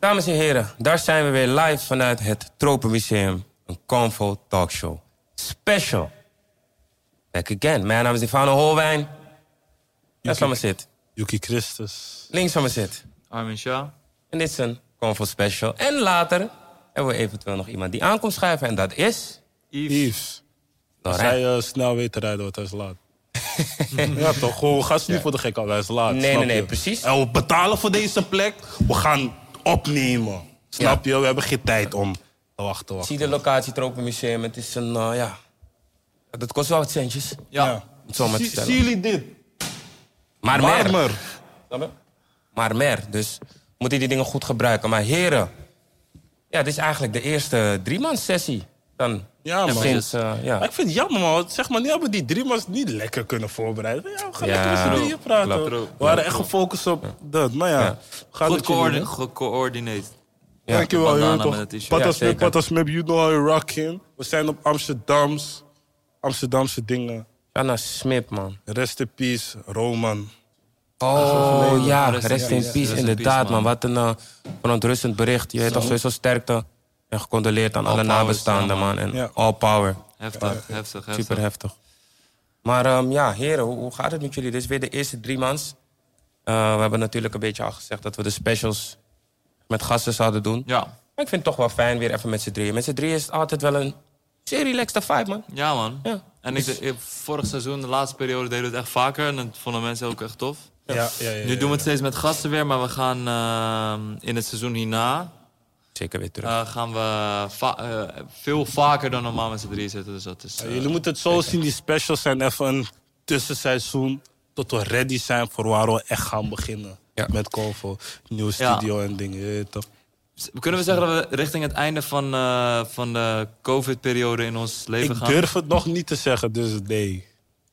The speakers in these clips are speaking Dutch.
Dames en heren, daar zijn we weer live vanuit het Tropenmuseum. Een Convo Talkshow. Special. Back again. Mijn naam is Ivano Holwijn. Rechts van me zit Yuki Christus. links van me zit Armin Shah. En dit is een Convo Special. En later hebben we eventueel nog iemand die aankomt schuiven. En dat is... Yves. Als Laurent. hij snel weet te rijden, wordt hij is laat. Ja toch, gewoon, ga niet voor de gek al, hij is laat. Nee, snap nee, je? precies. En we betalen voor deze plek, we gaan opnemen. Snap je? We hebben geen tijd om te wachten. Zie de locatie Tropenmuseum. Het is een, ja... Dat kost wel wat centjes. Ja. Om het zo maar te stellen. Zien jullie dit? Maar meer. Marmer. Snap je? Maar meer. Dus moet je die dingen goed gebruiken. Maar heren, ja, dit is eigenlijk de eerste 3-mans-sessie. Dan Ja, man. sinds, Maar ja. ik vind het jammer, man. Zeg maar, nu hebben die 3 mans niet lekker kunnen voorbereiden. Ja, we gaan Ja, lekker met z'n drieën praten. klopt. We waren echt gefocust op dat. Maar ja, Ja. we gaan Goed het jullie doen. gecoördineerd. Ja. Dankjewel, bandana joh, toch. met het t-shirt. Patas Ja, Smip, zeker. Patas Smip, you know how you rockin'. We zijn op Amsterdamse dingen. Anna Smip, man. Rest in peace, Roman. Oh, ja. Rest in Rest in peace. peace, Rest in inderdaad, peace, man. man. Wat een verontrustend bericht. Je weet toch sowieso sterkte. En gecondoleerd aan alle power, nabestaanden, ja, man. man. En Ja. all power. Heftig. Super heftig. Maar ja, heren, hoe gaat het met jullie? Dit is weer de eerste 3-mans. We hebben natuurlijk een beetje al gezegd dat we de specials met gasten zouden doen. Ja. Maar ik vind het toch wel fijn weer even met z'n drieën. Met z'n drieën is het altijd wel een zeer relaxte vibe, man. Ja, man. Ja. En vorig seizoen, de laatste periode, deden we het echt vaker. En dat vonden mensen ook echt tof. Ja. Nu doen we het steeds met gasten weer. Maar we gaan in het seizoen hierna... Zeker weer terug. gaan we veel vaker dan normaal met z'n drieën zitten. Dus dat is... Jullie moeten het zo zien, die specials zijn even een tussenseizoen. Tot we ready zijn voor waar we echt gaan beginnen. Ja. Met Convo, nieuwe studio en dingen. Je weet toch? Kunnen we zeggen dat we richting het einde van de COVID-periode in ons leven Ik gaan? durf het nog niet te zeggen, dus nee.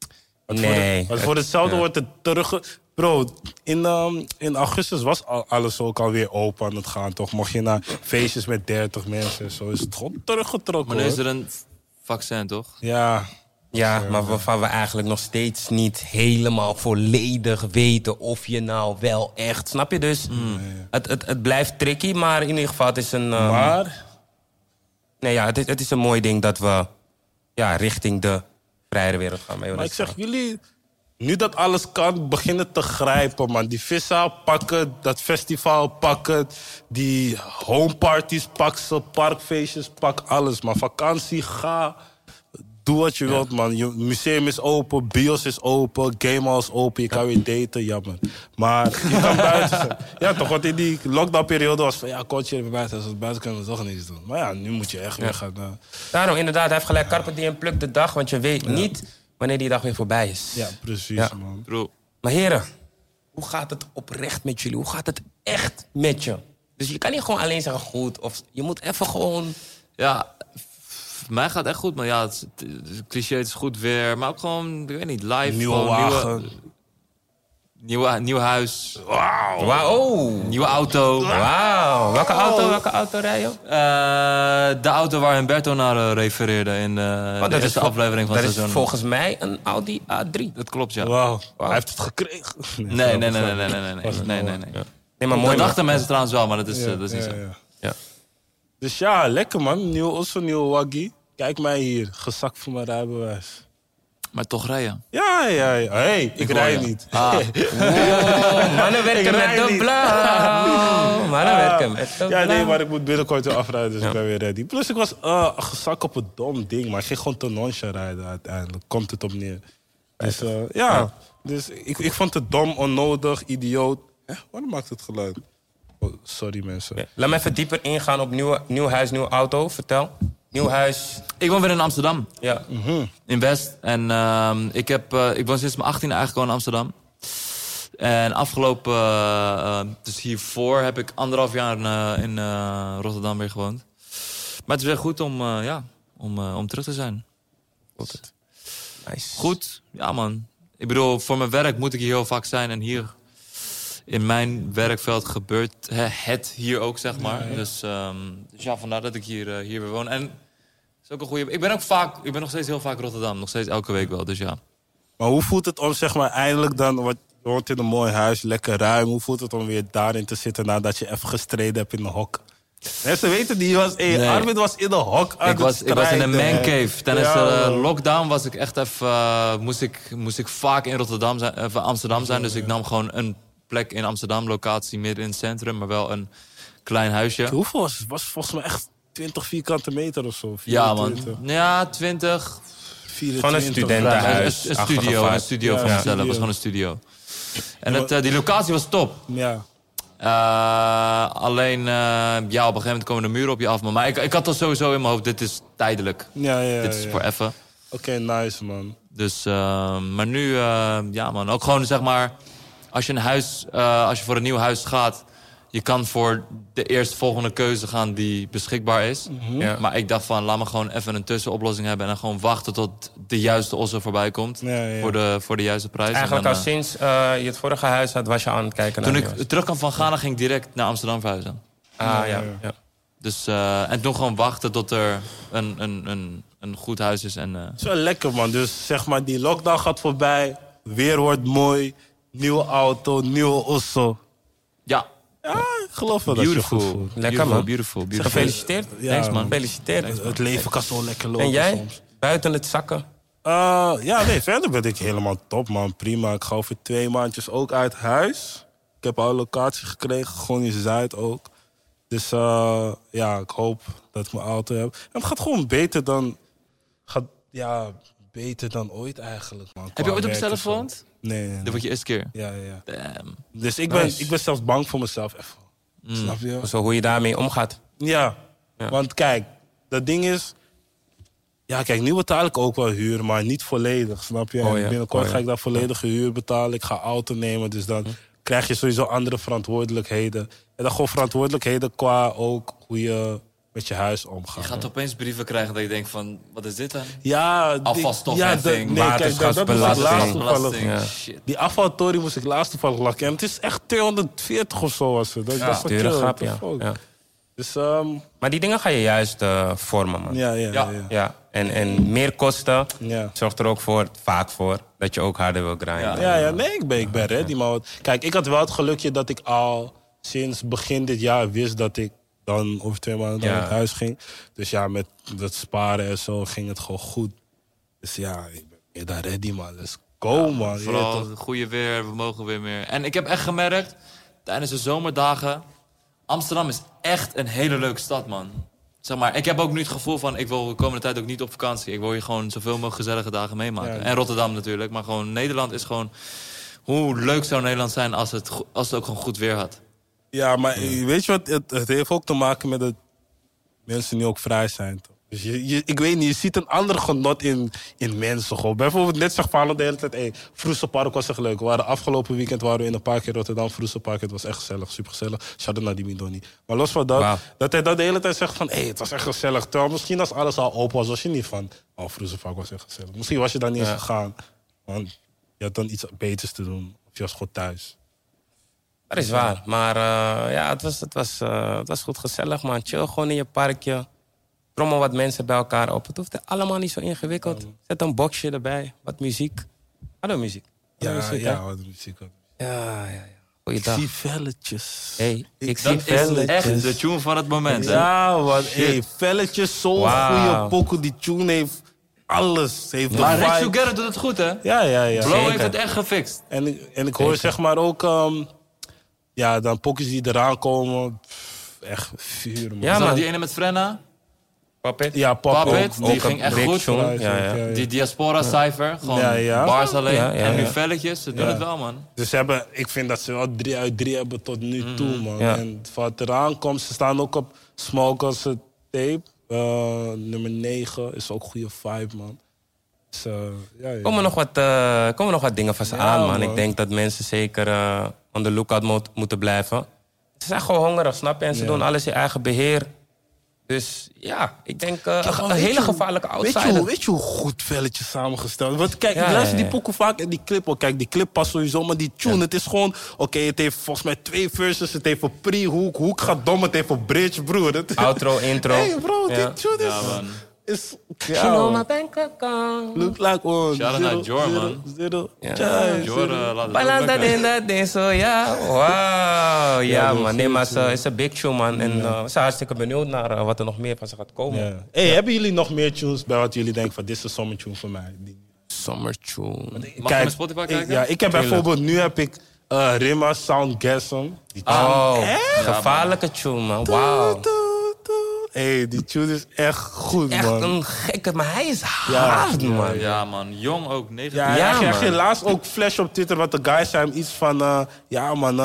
Nee. Want voor hetzelfde wordt het terug... Bro, in augustus was alles ook alweer open aan het gaan, toch? Mocht je naar feestjes met 30 mensen en zo, is het gewoon teruggetrokken, Maar nu is hoor. er een vaccin, toch? Ja. Ja, maar waarvan we eigenlijk nog steeds niet helemaal volledig weten of je nou wel echt... Snap je dus? Het blijft tricky, maar in ieder geval het is een... Maar... Nee, ja, het is een mooi ding dat we richting de vrijere wereld gaan. Maar ik zeg, jullie... Nu dat alles kan, beginnen te grijpen, man. Die viszaal pakken, dat festival pakken... die homeparties pak ze, parkfeestjes, pak alles. Maar vakantie, ga... Doe wat je wilt, man. Je museum is open, bios is open, gamehall is open. Je kan weer daten, jammer. Maar je kan buiten zijn. Ja, toch, want in die lockdownperiode was van... Ja, coach, even buiten. Als we buiten kunnen we toch niets doen. Maar ja, nu moet je echt weer gaan... Daarom, inderdaad, hij heeft gelijk. Carpe diem, pluk de dag, want je weet niet wanneer die dag weer voorbij is. Ja, precies, Ja. man. Bro. Maar heren, hoe gaat het oprecht met jullie? Hoe gaat het echt met je? Dus je kan niet gewoon alleen zeggen goed. Of je moet even gewoon... Ja, voor mij gaat het echt goed. Maar ja, het cliché, het is goed weer. Maar ook gewoon, ik weet niet, live. Nieuwe gewoon wagen. Nieuw huis. Wauw. Nieuwe auto. Wauw. Welke auto rij je? De auto waar Humberto naar refereerde in de eerste aflevering van het Dat is seizoen. volgens mij een Audi A3. Dat klopt, ja. Wauw, hij heeft het gekregen. Nee. Nee. Nee, maar mooi. Dat man. dachten mensen trouwens wel, maar dat is niet zo. Ja. Dus ja, lekker man. Onze nieuwe waggie. Kijk mij hier, gezakt voor mijn rijbewijs. Maar toch rijden. Ja. Hey, ik hoor rij je. niet. Mannen werken rij met de niet. blauw. Mannen werken met de blauw. Ja, nee, maar ik moet binnenkort weer afrijden, dus ik ben weer ready. Plus, ik was gezakt op een dom ding, maar ik ging gewoon te nonchalant rijden uiteindelijk. Komt het op neer. Dus dus ik vond het dom, onnodig, idioot. Waarom maakt het geluid? Oh, sorry mensen. Ja. Laat me even dieper ingaan op nieuw huis, nieuwe auto. Vertel. Nieuw huis. Ik woon weer in Amsterdam. Ja. In West. En ik woon sinds mijn 18e eigenlijk al in Amsterdam. En afgelopen, dus hiervoor heb ik 1,5 jaar in Rotterdam weer gewoond. Maar het is weer goed om terug te zijn. Nice. Goed, ja man. Ik bedoel, voor mijn werk moet ik hier heel vaak zijn. En hier in mijn werkveld gebeurt het hier ook, zeg maar. Ja. Dus ja, vandaar dat ik hier weer woon. En is ook een goede. Ik ben nog steeds heel vaak in Rotterdam. Nog steeds elke week wel, dus ja. Maar hoe voelt het om, zeg maar, eindelijk dan... Wat Je woont in een mooi huis, lekker ruim. Hoe voelt het om weer daarin te zitten nadat je even gestreden hebt in een hok? Mensen weten die Nee. Armin was in een hok aan Ik was in een mancave. Tijdens Ja, de man. lockdown was ik echt even... moest ik vaak in Rotterdam zijn, Amsterdam zijn. Dus ik nam gewoon een plek in Amsterdam, locatie midden in het centrum. Maar wel een klein huisje. Hoeveel was het? Was volgens mij echt 20 vierkante meter of zo? Ja, 24, man. Ja, 20. 24. Van een studentenhuis. Een achtige studio. vibe. Een studio Ja, van mezelf. studio. Het was gewoon een studio. En die locatie was top. Ja. Alleen, ja, op een gegeven moment komen de muren op je af. Maar ik had dat sowieso in mijn hoofd. Dit is tijdelijk. Ja. Dit is voor even. Oké, nice, man. Dus, maar nu, ja man, ook gewoon zeg maar... Als je voor een nieuw huis gaat... Je kan voor de eerstvolgende keuze gaan die beschikbaar is. Ja. Maar ik dacht van, laat me gewoon even een tussenoplossing hebben... en dan gewoon wachten tot de juiste osso voorbij komt. Ja. Voor de juiste prijs. Eigenlijk En al dan, sinds je het vorige huis had, was je aan het kijken naar toen nieuws. ik terugkwam van Ghana, ging ik direct naar Amsterdam verhuizen. Ja. Dus, en toen gewoon wachten tot er een goed huis is. En, Het is wel lekker, man. Dus zeg maar, die lockdown gaat voorbij. Weer wordt mooi. Nieuwe auto, nieuwe osso. ja, Ja, ik geloof wel dat je het goed beautiful. voelt. Lekker, man. Beautiful. Gefeliciteerd. Ja, Thanks, man. Gefeliciteerd. Het leven kan zo lekker lopen En jij? soms. Buiten het zakken? Verder ben ik helemaal top, man. Prima. Ik ga over 2 maandjes ook uit huis. Ik heb al een locatie gekregen, gewoon in Zuid ook. Dus ja, ik hoop dat ik mijn auto heb. En het gaat gewoon beter dan... beter dan ooit eigenlijk, man. Heb je ooit op Qua jezelf werk en zo. gewoond? Nee. Dat was je eerste keer. Ja. Damn. Dus ik Nice. ben zelfs bang voor mezelf even. Snap je? Zo hoe je daarmee omgaat. Ja. Ja. Want kijk, dat ding is... Ja, kijk, nu betaal ik ook wel huur, maar niet volledig, snap je? Oh ja, En binnenkort oh ja. ga ik daar volledige huur betalen. Ik ga auto nemen, dus dan krijg je sowieso andere verantwoordelijkheden. En dan gewoon verantwoordelijkheden qua ook hoe je met je huis omgaat. Je gaat opeens brieven krijgen dat je denkt van, wat is dit dan? Ja, Afvalstofheffing, kijk, dat moest ik waterschapsbelasting. laatst toevallig. Belasting, Ja. shit. Die afvaltory moest ik laatst toevallig lakken. En het is echt 240 of zo was het. Dat is Dure chill, grap, what the ja. fuck. Ja. Dus Maar die dingen ga je juist vormen, man. ja. Ja. En meer kosten Ja. zorgt er ook vaak voor dat je ook harder wil grinden. Ja, nee, ik ben ready. Maar kijk, ik had wel het gelukje dat ik al sinds begin dit jaar wist dat ik dan over 2 maanden naar het huis ging. Dus ja, met dat sparen en zo ging het gewoon goed. Dus ja, ik ben meer daar ready, man. Let's go, man. Vooral Ja, het goede weer, we mogen weer meer. En ik heb echt gemerkt, tijdens de zomerdagen... Amsterdam is echt een hele leuke stad, man. Zeg maar, ik heb ook nu het gevoel van... ik wil de komende tijd ook niet op vakantie. Ik wil hier gewoon zoveel mogelijk gezellige dagen meemaken. Ja. En Rotterdam natuurlijk. Maar gewoon Nederland is gewoon... Hoe leuk zou Nederland zijn als het ook gewoon goed weer had. Ja, maar weet je wat? Het heeft ook te maken met dat mensen nu ook vrij zijn. Toch? Dus ik weet niet, je ziet een ander genot in mensen. Gewoon. Bijvoorbeeld net zegt Fano de hele tijd... Hey, Vroesenpark was echt leuk. Afgelopen weekend waren we in een park in Rotterdam. Vroesenpark, het was echt gezellig, super gezellig. Shout-out naar die Midoni. Maar los van dat, Wauw. dat hij dat de hele tijd zegt van... Hey, het was echt gezellig. Terwijl misschien als alles al open was je niet van... Oh, Vroesenpark was echt gezellig. Misschien was je daar niet eens gegaan. Want je had dan iets beters te doen. Of je was gewoon thuis. Dat is waar. Maar ja, het was goed gezellig, man. Chill gewoon in je parkje. Trommel wat mensen bij elkaar op. Het hoeft allemaal niet zo ingewikkeld. Zet een boxje erbij. Wat muziek. Hallo muziek. Hallo muziek, hè? wat muziek ook. Ja. Ik Goeiedag. zie velletjes. Hey, ik Dat zie is velletjes. echt de tune van het moment, hè? Ja, wat velletjes, zo'n Wauw. goede pokoe. Die tune heeft alles. Heeft de Maar Rich vibe. Together doet het goed, hè? Ja. Blow Zeker. heeft het echt gefixt. En ik hoor zeg maar ook... ja, dan pokoes die eraan komen. Echt vuur, man. Ja, Zag je man. die ene met Frenna? Puppet. Ja, pop Puppet, ook. die ook ging een echt big goed. tune. Ja. Die Diaspora-cijfer, gewoon Ja. bars alleen. Ja, en nu ja. velletjes, ze doen het wel, man. Dus ik vind dat ze wel 3 uit 3 hebben tot nu toe, man. Ja. En wat eraan komt, ze staan ook op Smoke als tape. Nummer 9 is ook een goede vibe, man. Dus, ja. Komen nog wat dingen van ze Ja, aan, man. man. Ik denk dat mensen zeker on the lookout moeten blijven. Ze zijn gewoon hongerig, snap je? En ze doen alles in eigen beheer. Dus ja, ik denk een hele gevaarlijke outsider. Weet je hoe goed velletjes samengesteld? Want kijk, Ja, ik luister ja. die pokoe vaak en die clip ook. Kijk, die clip past sowieso, maar die tune, het is gewoon... Oké, het heeft volgens mij 2 verses. Het heeft een pre-hook. Hoek gaat dom, het heeft een bridge, broer. Outro, intro. Hey bro, Ja. die tune is... Ja, man. is... You know my bank account. Look like one. Shout-out naar Jor, man. Jor, laat het Balans ook dat lekker. in dat ding zo, ja. Wauw. Ja, dat man. Nee, maar is het is een big tune, man. En we zijn hartstikke benieuwd naar wat er nog meer van ze gaat komen. Ja. Hey, hebben jullie nog meer tunes bij wat jullie denken van dit is een summer tune voor mij? Summer tune. Mag je naar Spotify kijken? Ik heb bijvoorbeeld, nu heb ik Rima Soundgasm. Oh, gevaarlijke tune, man. Wauw. Hey, die tune is echt goed, Echt man. een gekke, maar hij is hard, man. Ja, man. Jong ook, 19. Ja, Ja, hij man. ging laatst ook flash op Twitter, wat de guys zei hem iets van... ja, man...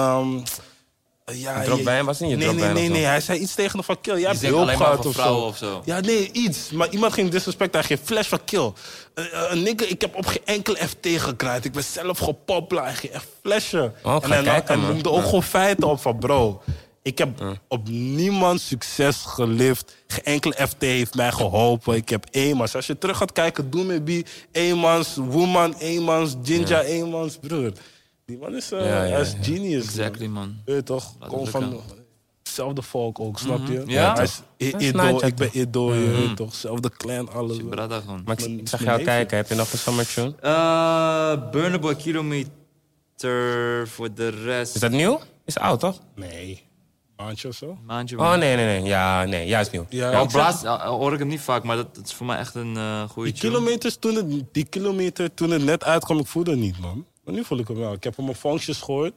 ja, Drop bij hem was niet je drop bij hem of zo? Nee. Hij zei iets tegen hem van Kill. Jij hebt zingt hulp alleen maar gehad voor of vrouwen zo. of zo. Ja, nee, iets. Maar iemand ging disrespect. Hij ging flash van Kill. Een nigger, ik heb op geen enkel FT gekraaid. Ik ben zelf gepoppeld. Hij ging echt flashen. Oh, ik ga en kijken, hij man. noemde ook gewoon feiten op van bro. Ik heb op niemand succes gelift. Geen enkele FT heeft mij geholpen. Ik heb eenmans. Als je terug gaat kijken, Doe Me Be, eenmans, Woman, eenmans, Jinja, eenmans, broer. Die man is, hij is genius. Exactly, man. Weet je toch? Laat Kom het van lukken. hetzelfde volk ook, snap je? Ja, hij is is Ido, nice, ik ben Ido, je weet toch? Zelfde clan, alles. Brada gewoon. Maar Mijn- ik zag mijn jou neef. kijken. Heb je nog een summer tune? Burna Boy Kilometer voor de rest. Is dat nieuw? Is oud, toch? Nee. Maandje of zo? Maandje, Oh, nee. Ja, nee. Ja, is nieuw. Ja, Ja, ik zeg- Blaas hoor ik hem niet vaak, maar dat is voor mij echt een goede die kilometer toen het net uitkwam, ik voelde het niet, man. Maar nu voel ik hem wel. Ik heb hem op functions gehoord.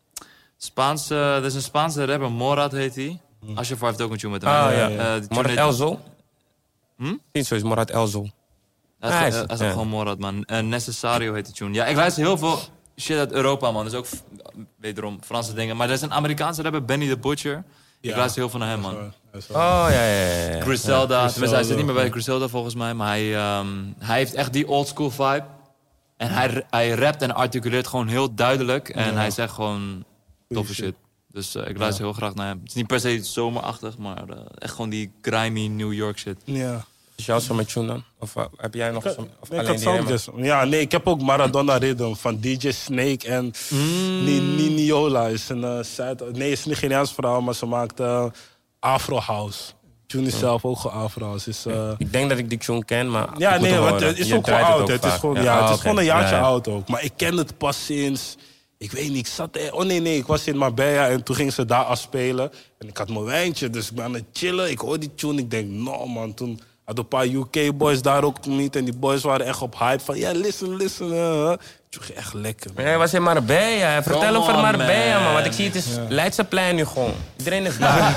Er is een Spaanse rapper, Morad heet hij. Ashraf heeft ook een tune met hem. Ah, hè? ja. Die tune Morad heet- Elzo? Niet zo is Morad Elzo. Hij is Nice. ook Ja. gewoon Morad, man. Necessario heet de tune. Ja, ik luister heel veel shit uit Europa, man. Dus ook wederom Franse dingen. Maar er is een Amerikaanse rapper, Benny the Butcher. Ik Ja. luister heel veel naar hem, man. Oh, ja. Griselda. Tenminste, hij zit niet meer bij Griselda volgens mij. Maar hij heeft echt die old school vibe. En hij rapt en articuleert gewoon heel duidelijk. En hij zegt gewoon toffe shit. Dus ik luister heel graag naar hem. Het is niet per se zomerachtig, maar echt gewoon die grimy New York shit. Ja. Is jouw summer tune dan? Of heb jij nog some, of Nee, ik alleen had die Rema? Soundgasm. Ja, nee, ik heb ook Maradona Rhythm van DJ Snake en Niniola. Is een is een Nigeriaans verhaal, maar ze maakt Afro House. Tune is zelf ook gewoon Afro House. Is, Ik denk dat ik die tune ken, maar... ja, ik moet nee, hem want horen. het is Je ook gewoon draait oud. Het is vaak. gewoon, Ja, het is oké. gewoon een jaartje Ja, ja. oud ook. Maar ik ken het pas sinds... Ik weet niet, ik zat er... Oh nee, ik was in Marbella en toen gingen ze daar afspelen. En ik had mijn wijntje, dus ik ben aan het chillen. Ik hoor die tune, ik denk, no man. Toen had een paar UK-boys daar ook niet. En die boys waren echt op hype van, ja, listen. Tune ging echt lekker. Maar hij was in Marbella. Vertel Come over on, Marbella, man. man. Want ik zie het is Leidseplein nu gewoon. Iedereen is daar.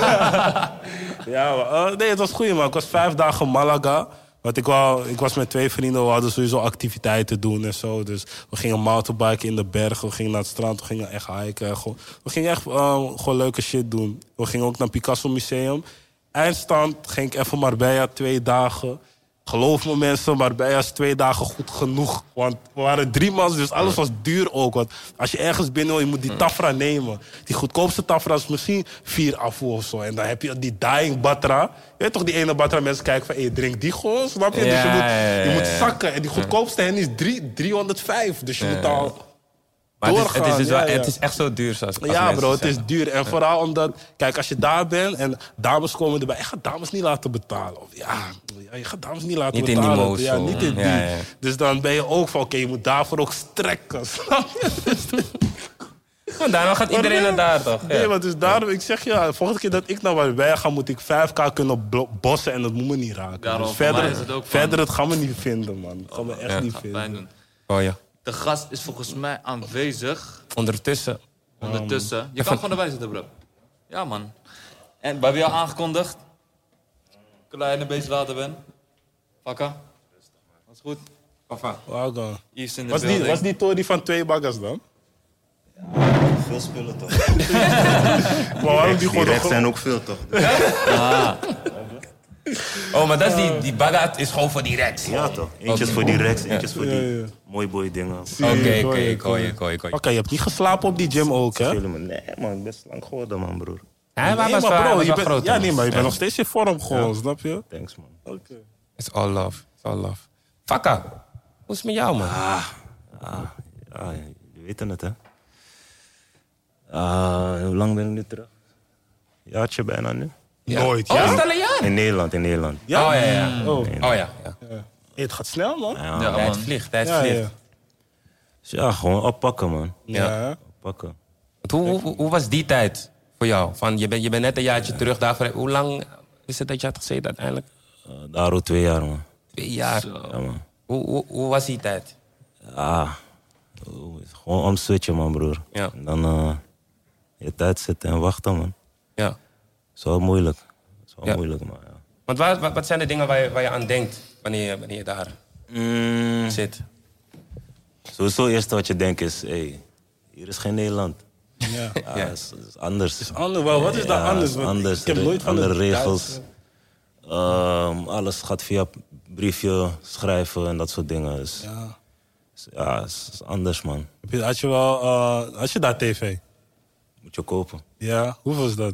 Ja, maar, nee, het was goed, man. Ik was 5 dagen Malaga. Want ik was met 2 vrienden, we hadden sowieso activiteiten doen en zo. Dus we gingen mountainbiken in de bergen, we gingen naar het strand, we gingen echt hiken. We gingen echt gewoon leuke shit doen. We gingen ook naar Picasso Museum. Eindstand ging ik even Marbella 2 dagen. Geloof me mensen, Marbella is 2 dagen goed genoeg. Want we waren 3 man, dus alles was duur ook. Want als je ergens binnen wil, je moet die Tafra nemen. Die goedkoopste Tafra is misschien 4 afo of zo. En dan heb je die Dying Batra. Je weet toch die ene Batra, mensen kijken van, hey, drink die gewoon, snap je? Dus je moet zakken. En die goedkoopste hen is 305. Dus je moet al Maar doorgaan. het is dus wel- Ja. het is echt zo duur zoals als Ja, mensen bro, het is zeggen. duur. En vooral omdat, kijk, als je daar bent en dames komen erbij, je gaat dames niet laten betalen. Of ja, je gaat dames niet laten Niet in die betalen. mood, ja, zo. niet in die. Ja, ja. Dus dan ben je ook van, oké, je moet daarvoor ook strekken. Snap je? Maar daarom gaat iedereen naar daar, toch? Ja. Nee, maar dus daarom, ik zeg ja, de volgende keer dat ik naar Marbella ga, moet ik 5k kunnen bossen en dat moet me niet raken. Daarom, Dus voor mij verder, is het ook van- verder het gaan we niet vinden, man. Dat gaan we echt niet Gaat vinden. pijn doen. Oh ja. De gast is volgens mij aanwezig. Ondertussen. Ondertussen. Je kan gewoon erbij zitten, bro. Ja, man. En we hebben jou aangekondigd. Kleine beetje later ben. Fakka. Was goed. Wauw, dan. Yves in de Was building. die Tory van 2 baggers dan? Veel spullen toch? Maar waarom die Die gewoon rechts nog... zijn ook veel toch? Oh, maar dat is die bagat is gewoon voor die Rex. Ja toch? Eentjes voor die rechts, eentjes voor die Ja. mooi boy dingen. Oké, ik hoor je. Oké, je hebt niet geslapen op die gym ook, hè? Jullie me- Nee man, ik ben slank geworden man broer. Hij was Nee, wel maar bro, hij je was wel bent, groot. ja, nee, maar je bent Ja. nog steeds in vorm gewoon, snap je? Thanks man. Oké. It's all love. It's all love. Fakka, hoe is het met jou, man? Ja, jullie weten het hè. Hoe lang ben ik nu terug? Jaartje bijna nu. Nooit, Oh, ja? is het al een jaar? In Nederland. Ja? Oh ja. Oh. Oh ja. Hey, het gaat snel, man. Ja, Ja, Tijd man. vliegt, tijd Ja, vliegt. ja. Dus ja, gewoon oppakken, man. Ja. Oppakken. Hoe was die tijd voor jou? Van, je bent net een jaartje terug daarvoor. Hoe lang is het dat je had gezeten uiteindelijk? Daar ook 2 jaar, man. 2 jaar. Ja, man. Hoe was die tijd? Ja, gewoon omswitchen, man, broer. Ja. En dan je tijd zitten en wachten, man. Ja. Dat is wel moeilijk. Dat is wel Ja. moeilijk, man. Ja. Want wat zijn de dingen waar je aan denkt wanneer je daar zit? Sowieso het eerste wat je denkt is, hey, hier is geen Nederland. Ja. Ja, het is anders. Ander, wel, wat is dat Ja, anders? is Want anders. Ik heb nooit van Andere het regels. Duits- Alles gaat via briefje schrijven en dat soort dingen. Dus, Ja. ja, het is anders, man. Had je daar tv? Moet je kopen. Ja. Hoeveel is dat?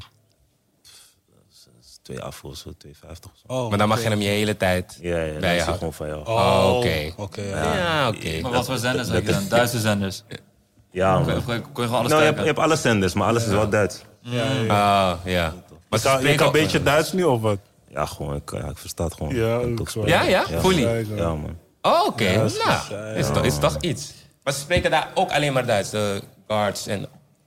Dat is 2 af of zo, 2,50 of zo. Oh, Maar dan mag je hem je hele tijd Ja, ja, bij dat je is houden. gewoon van jou. Oh, oké. Oké, Ja, oké. Maar wat voor zenders heb je dan? Duitse zenders. Ja, Kon man. je gewoon alles Nou, je kijken? hebt alle zenders, maar alles is wel Duits. Ja, ja. Ja. Maar ze Je spreken kan een ook- beetje Duits nu of wat? Ja, gewoon, ik versta het gewoon. Ja, Ik kan het ook ook zo. spreken. Ja? Fully? Ja, man. Oh, oké. Ja, dat is Nou, gezellig. is toch iets. Maar ze spreken daar ook alleen maar Duits, de guards en...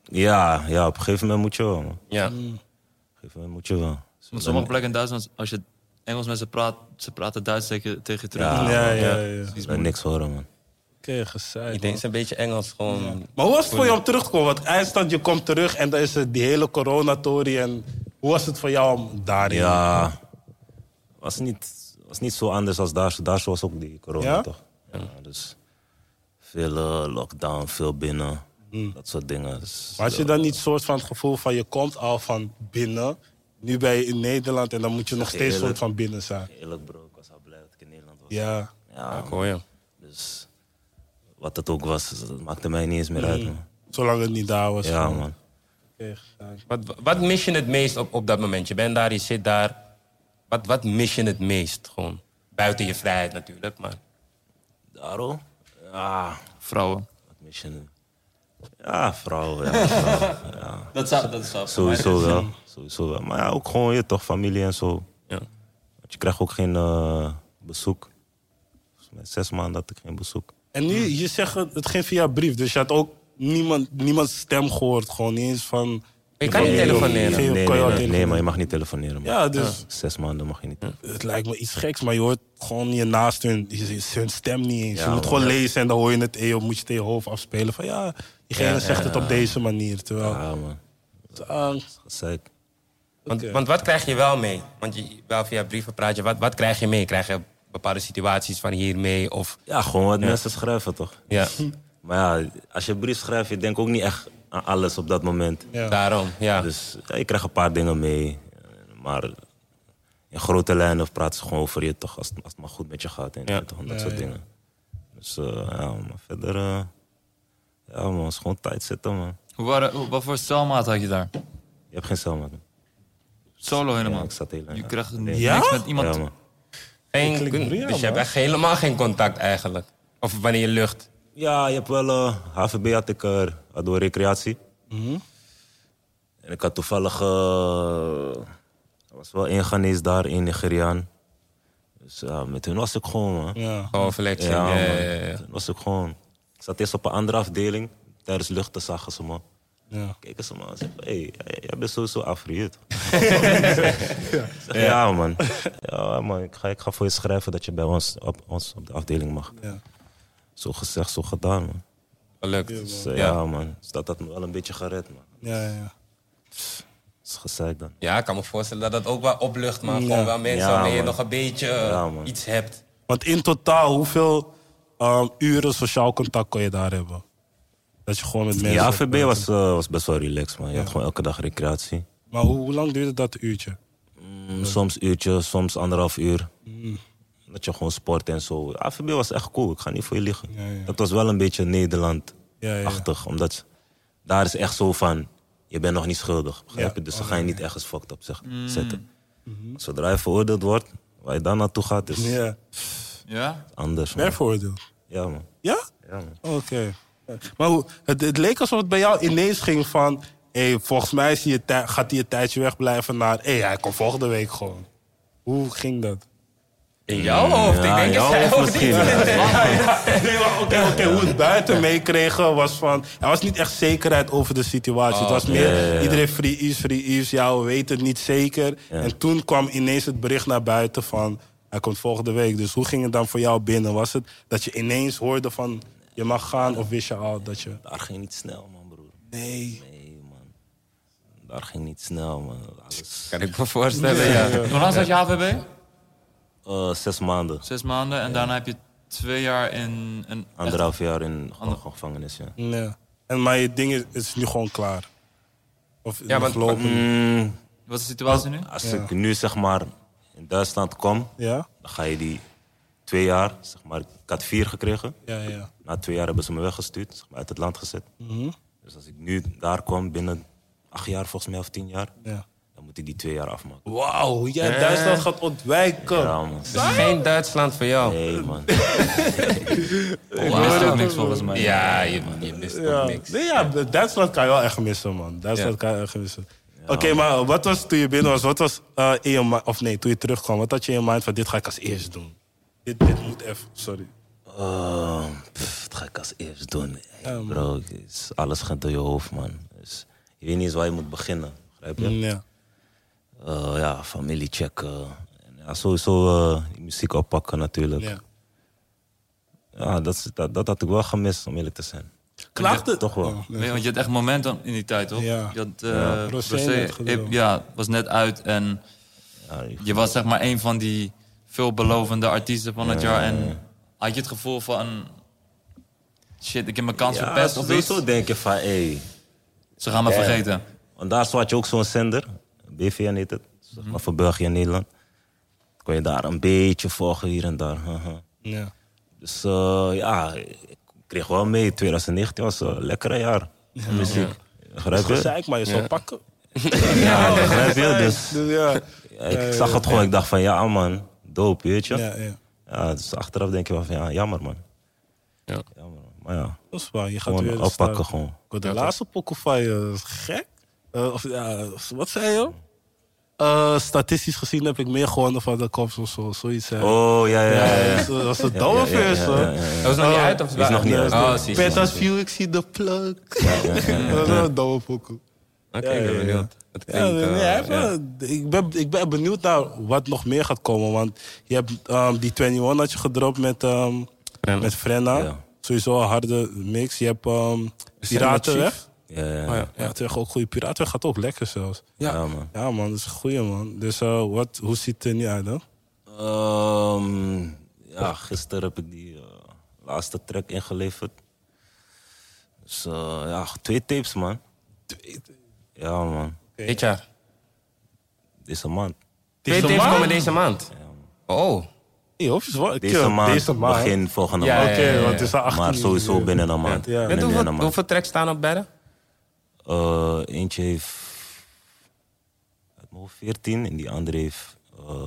Ja, op een gegeven moment moet je wel, man. Ja. Op een gegeven moment moet je wel. Want sommige plekken in Duitsland, als je Engels met ze praat, ze praten Duits tegen je terug. Ja. Ja. Ik wil niks horen, man. Oké, gezellig. Ik denk, het is een beetje Engels gewoon... Maar hoe was het voor jou om terug te komen? Want eindstand, je komt terug en dan is het die hele coronatorie. En hoe was het voor jou om daarin? Ja, was niet zo anders als daar. Daar was ook die corona, Ja? toch? Ja, dus veel lockdown, veel binnen. Dat soort dingen. Dus, Maar had je dan niet soort van het gevoel van je komt al van binnen. Nu ben je in Nederland en dan moet je nog steeds Eerlijk. soort van binnen zijn. Eerlijk, bro, ik was al blij dat ik in Nederland was. Ja. Ja, Ik hoor je. dus wat het ook was, dat maakte mij niet eens meer uit, man. Zolang het niet daar was. Ja, gewoon. man. Oké, gezellig. Wat mis je het meest op dat moment? Je bent daar, je zit daar. Wat mis je het meest? Gewoon buiten je vrijheid natuurlijk, maar... Daarom? Ja, Vrouwen. wat mis je nu? Ja, vrouwen, ja. vrouwen, ja. Dat zou Sowieso wel. Sowieso wel. Maar ja, ook gewoon je toch, familie en zo. Ja. Want je krijgt ook geen bezoek. Volgens mij 6 maanden had ik geen bezoek. En nu, je zegt het ging via brief. Dus je had ook niemands stem gehoord. Gewoon niet eens van... Je kan niet telefoneren. Geen- Nee, kan je wel nee, telefoneren? maar je mag niet telefoneren. Man. Ja, dus 6 maanden mag je niet. het lijkt me iets geks. Maar je hoort gewoon je naast hun stem niet eens. Ja, je moet man. gewoon lezen en dan hoor je het. En je moet je tegen je hoofd afspelen. Van ja, diegene zegt het op deze manier. Terwijl... Ja, man. angst. Gezeik. Want wat krijg je wel mee? Want wel via brieven praat je. Wat krijg je mee? Krijg je bepaalde situaties van hier mee? Of, Ja, gewoon wat mensen schrijven, toch? ja, Maar ja, als je een brief schrijft, je denkt ook niet echt aan alles op dat moment. Ja. daarom. Ja. Dus ja, je krijgt een paar dingen mee. Maar in grote lijnen praten ze gewoon over je, toch? Als het maar goed met je gaat en Ja. toch, en dat Ja, soort ja. dingen. Dus ja, maar verder... ja, man, het is gewoon tijd zitten, man. Wat voor celmaat had je daar? Je hebt geen cel, man. Solo helemaal? Ja, ik zat heel lang. Je krijgt Ja? niks met iemand... Ja, man. Geen, klinkt briljant, dus je hebt man. echt helemaal geen contact eigenlijk. Of wanneer je lucht. Ja, je hebt wel... HVB hadden we recreatie. En ik had toevallig... er was wel één Ghanese daar, één Nigeriaan. Dus ja, met hun was ik gewoon, man. Ja. Gewoon flexing. Ja, Ja, man. ja, ja. Toen was ik gewoon... Ik zat eerst op een andere afdeling. Tijdens luchten zagen ze me. Ja. Keken ze me aan en zeiden... Hé, jij bent sowieso Afriët. Ja, man. Ja, man. Ik ga voor je schrijven dat je bij ons op de afdeling mag. Ja. Zo gezegd, zo gedaan, man. Gelukt. Dus, Ja. ja, man. Dus dat had me wel een beetje gered, man. Ja. Dat is gezeik dan. Ja, ik kan me voorstellen dat dat ook wel oplucht, maar Ja. gewoon wel mensen Ja, waarmee je man. nog een beetje Ja, man. iets hebt. Want in totaal, hoeveel uren sociaal contact kon je daar hebben? Dat je gewoon met mensen... Ja, AVB was best wel relaxed, man. Je had gewoon elke dag recreatie. Maar hoe lang duurde dat een uurtje? Soms uurtje, soms 1,5 uur. Dat je gewoon sport en zo. AVB was echt cool, ik ga niet voor je liegen. Ja, ja. Dat was wel een beetje Nederland-achtig. Omdat daar is echt zo van, je bent nog niet schuldig. Begrijp je? Ja. Dus dan ga je niet ergens fucked up zetten. Zodra je veroordeeld wordt, waar je dan naartoe gaat, is Ja. Ja? anders, man. Bijvoorbeeld. Ja, man. Ja? Ja, man. Oké. Maar het leek alsof het bij jou ineens ging van... volgens mij gaat hij een tijdje wegblijven naar... hij komt volgende week gewoon. Hoe ging dat? In jouw hoofd? Ja, Ik denk jouw dat hoofd zij ook misschien. niet. Nee, maar oké, hoe het buiten meekregen was van... Er was niet echt zekerheid over de situatie. Het was meer, iedereen free Yves. Ja, we weten het niet zeker. Ja. En toen kwam ineens het bericht naar buiten van... Hij komt volgende week. Dus hoe ging het dan voor jou binnen? Was het dat je ineens hoorde van... Je mag gaan of wist je al dat je... Daar ging niet snel, man, broer. Nee. Nee, man. Daar ging niet snel, man. Alles... Kan ik me voorstellen, ja. Hoe lang zat je HVB? 6 maanden. 6 maanden. En daarna heb je 2 jaar in een... 1,5 jaar in gevangenis, ja. Ja. Maar je ding is nu gewoon klaar. Of Ja, nog want- lopen. Wat is de situatie nu? Als ik nu, zeg maar, in Duitsland kom... Ja? dan ga je die 2 jaar, zeg maar... Ik had 4 gekregen. Ja. Na 2 jaar hebben ze me weggestuurd, zeg maar, uit het land gezet. Dus als ik nu daar kom, binnen 8 jaar volgens mij, of 10 jaar... Ja. dan moet ik die 2 jaar afmaken. Wauw, hoe jij Duitsland gaat ontwijken. Ja, man. Dus geen Duitsland voor jou. Nee, man. Je mist ook niks volgens mij. Ja, je mist Ja. ook niks. Nee, ja, Duitsland kan je wel echt missen, man. Duitsland kan je echt missen. Oké, maar wat was toen je binnen was? Wat was in je mind... Of nee, toen je terugkwam. Wat had je in je mind van dit ga ik als eerst doen? Dit moet even... Sorry. Dat ga ik als eerst doen. Hey, bro, alles gaat door je hoofd, man. Dus je weet niet eens waar je moet beginnen. Begrijp je? Ja. Ja, familie checken. En ja, sowieso die muziek oppakken natuurlijk. Ja. Ja, dat had ik wel gemist, om eerlijk te zijn. Klaagde... Toch wel. Oh, nee. Nee, want je had echt momentum in die tijd, toch? Ja. Je had, Rosé Rosé, net gedaan. ja, was net uit en Ja, je was zeg maar een van die veelbelovende artiesten van het jaar. En had je het gevoel van, shit, ik heb mijn kans verpest of iets? sowieso denk je van, hé. Ze gaan me Ja. vergeten. Want daar had je ook zo'n zender. BVN heet het. Zeg maar voor België en Nederland. Dan kon je daar een beetje volgen hier en daar. Haha. Ja. Dus ja, ik kreeg wel mee. 2019 was een lekkere jaar. Muziek. Begrijp je? Gezeik, maar je zal pakken. Ja, begrijp je? Dus Dus ja. ik zag het gewoon. Ik dacht van, ja man, dope, weet je? Ja. Ja, dus achteraf denk je wel van, ja, jammer man. Ja. Jammer, man. Maar ja, Dat is waar, je gaat gewoon weer oppakken staan. gewoon. Ik hoor de laatste pokken van je, is gek. Wat zei je? Statistisch gezien heb ik meer gewonnen van de Cops of zo, zoiets. Oh, ja. Dat was een domme vers, hoor. Dat was nog niet uit? Of Is nog niet uit. Oh, zie. Petas view, ik zie de plug. Dat is een domme pokken. Oké, ik ben benieuwd. Het Ja, klinkt, nee, hij heeft ja. wel- ik ben benieuwd naar wat nog meer gaat komen. Want je hebt die 21 had je gedropt met Frenna. Ja. Sowieso een harde mix. Je hebt Piratenweg. Ja. Oh, ja. Ja, het ook goede Piratenweg gaat ook lekker zelfs. Ja, man. Ja man, dat is een goeie man. Dus hoe ziet het er nu uit dan? Ja, gisteren heb ik die laatste track ingeleverd. Dus ja, 2 tapes, man. Ja, man. Dit jaar. Deze maand. 2 Deze tapes maand? komen deze maand. Oh. Nee, of is wel. Deze maand, Deze maand. begin volgende Ja, maand. Oké, want het is al 18. Maar sowieso binnen een maand. Ja. Binnen meer dan een maand. Hoeveel tracks staan op bedden? Eentje heeft uit mijn hoofd 14 en die andere heeft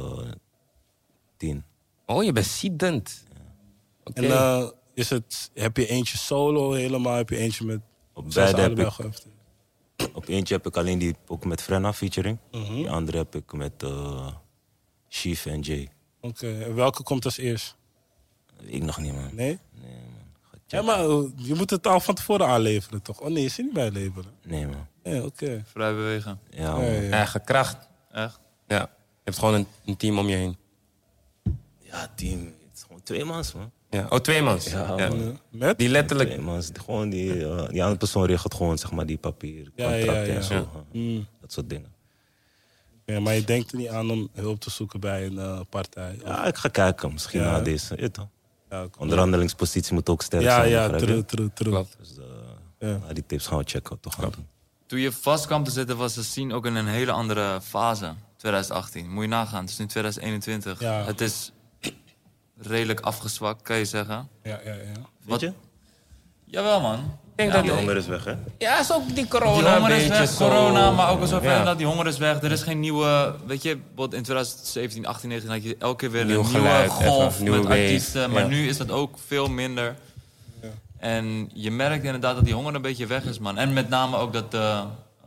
10. Oh, je bent ziedend. Oké. En heb je eentje solo helemaal? Heb je eentje met... Op zoals beide heb allebei ik, gehad? op eentje heb ik alleen die ook met Frenna featuring. Die andere heb ik met Chief en Jay. Oké, en welke komt als eerst? Ik nog niet, man. Nee? Nee, man. Ga Ja, checken. maar je moet het al van tevoren aanleveren, toch? Oh nee, je zit niet bij leveren. Nee, man. Ja, oké. Vrij bewegen. Ja, man. Ja, ja. Eigen kracht. Echt? Ja. Je hebt gewoon een team om je heen. Ja, team. Het is gewoon 2 mans, man. Ja. Oh, 2 mans. Ja, Ja. man. Met? Die letterlijk... 2 mans. Gewoon die andere persoon regelt gewoon, zeg maar, die papier, Ja, contracten ja. en zo. Mm. Dat soort dingen. Ja, maar je denkt er niet aan om hulp te zoeken bij een partij? Ja, ik ga kijken. Misschien Ja. na deze. Ja, toch? Ja, oké. Onderhandelingspositie moet ook sterk Ja, zijn. ja, begrijp je? true. Klopt. Dus Ja. na die tips gaan we checken wat we toch gaan doen. Toen je vast kwam te zitten was de scene ook in een hele andere fase. 2018. Moet je nagaan. Het is nu 2021. Ja. Het is redelijk afgezwakt, kan je zeggen. Ja. Wat? je? Jawel, man. Ik denk Ja, Die dat... honger is weg, hè? Ja, is ook die Die corona honger een is beetje weg, zo... corona, maar ook al zo Ja. dat die honger is weg. Er is geen nieuwe, weet je, bijvoorbeeld in 2017, 18, 19 had je elke keer weer Nieuw een nieuwe geluid, golf even, nieuwe met wave. artiesten. Maar Ja. nu is dat ook veel minder. En je merkt inderdaad dat die honger een beetje weg is, man. En met name ook dat de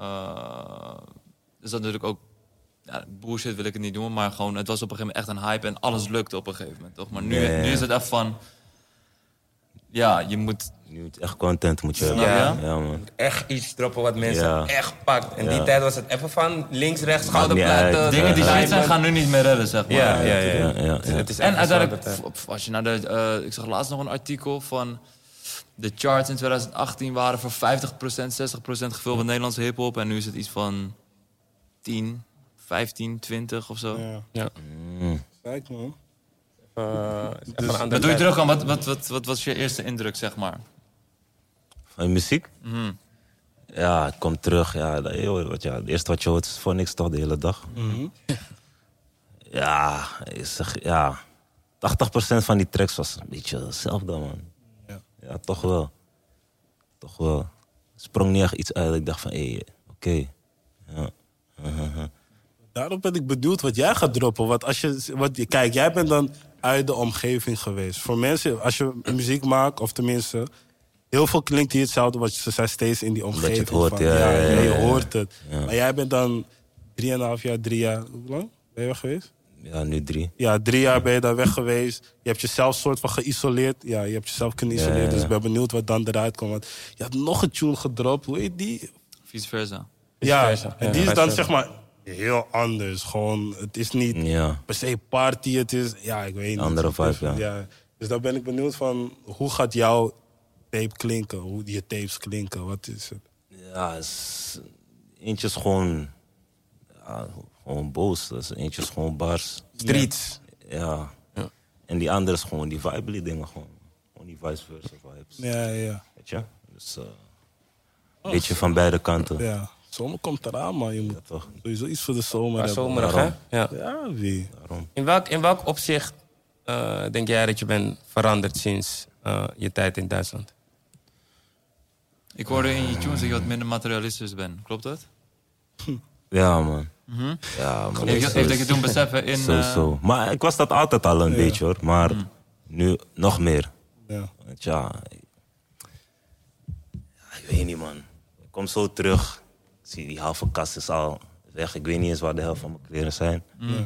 is dat natuurlijk ook... Ja, bullshit wil ik het niet noemen, maar gewoon... Het was op een gegeven moment echt een hype en alles lukte op een gegeven moment, toch? Maar nu is het echt van... Ja, je moet... Nu moet echt content moet je hebben. Ja. Ja, man. Echt iets droppen wat mensen Ja. echt pakt. En die Ja. tijd was het even van links, rechts, Maakt niet schouderplaten. uit. Dingen die shit zijn, diamond. gaan nu niet meer redden, zeg maar. Ja. Ja. Het is En echt uiteindelijk, zo dat, als je naar de... ik zag laatst nog een artikel van... De charts in 2018 waren voor 50%, 60% gevuld met Nederlandse hiphop. En nu is het iets van 10, 15, 20 of zo. Ja. Ja. Kijk, man. Is echt een andere Maar toen je tijd. terugkwam, wat was je eerste indruk, zeg maar? Van muziek? Ja, het komt terug. Ja, het eerste wat je hoort is voor niks toch de hele dag. Ja, ik zeg, ja, 80% van die tracks was een beetje hetzelfde, man. Ja, toch wel. Toch wel. Er sprong niet echt iets uit. Ik dacht van, oké. Ja. Daarom ben ik benieuwd wat jij gaat droppen. Kijk, jij bent dan uit de omgeving geweest. Voor mensen, als je muziek maakt, of tenminste... Heel veel klinkt hier hetzelfde, want ze zijn steeds in die omgeving. je het hoort, van, ja. je hoort het. Ja. Maar jij bent dan 3,5 jaar, 3 jaar... Hoe lang ben je weg geweest? Ja, nu 3. Ja, 3 jaar ben je daar weg geweest. Je hebt jezelf soort van geïsoleerd. Ja, je hebt jezelf kunnen isoleren. Ja. Dus ik ben benieuwd wat dan eruit komt. Want je had nog een tune gedropt. Hoe heet die? Vice versa. Ja, versa. en Ja, die is vice dan versa. zeg maar heel anders. Gewoon, het is niet Ja. per se party. Het is, ja, ik weet niet. Andere vibe, ja. Dus daar ben ik benieuwd van, hoe gaat jouw tape klinken? Hoe je tapes klinken? Wat is het? Ja, eentje is gewoon... Ja, gewoon boos. Dus eentje is gewoon bars. Streets. Ja. En die andere is gewoon die vibely dingen. Gewoon die vice versa vibes. Ja. Weet je? Dus een beetje van beide kanten. Ja. Zomer komt eraan, man. Je moet toch. sowieso iets voor de zomer Maar hebben. zomerig, hè? Daarom. Ja. Ja, wie? Daarom. In welk opzicht denk jij dat je bent veranderd sinds je tijd in Duitsland? Ik hoorde in je tunes dat je wat minder materialistisch bent. Klopt dat? Ja, man. Ja, man. Heeft dat je toen beseffen in... Zo. Maar ik was dat altijd al een beetje, hoor. Maar nu nog meer. Ja. Want ja, ik weet niet, man. Ik kom zo terug. Ik zie die halve kast is al weg. Ik weet niet eens waar de helft van mijn kleren zijn.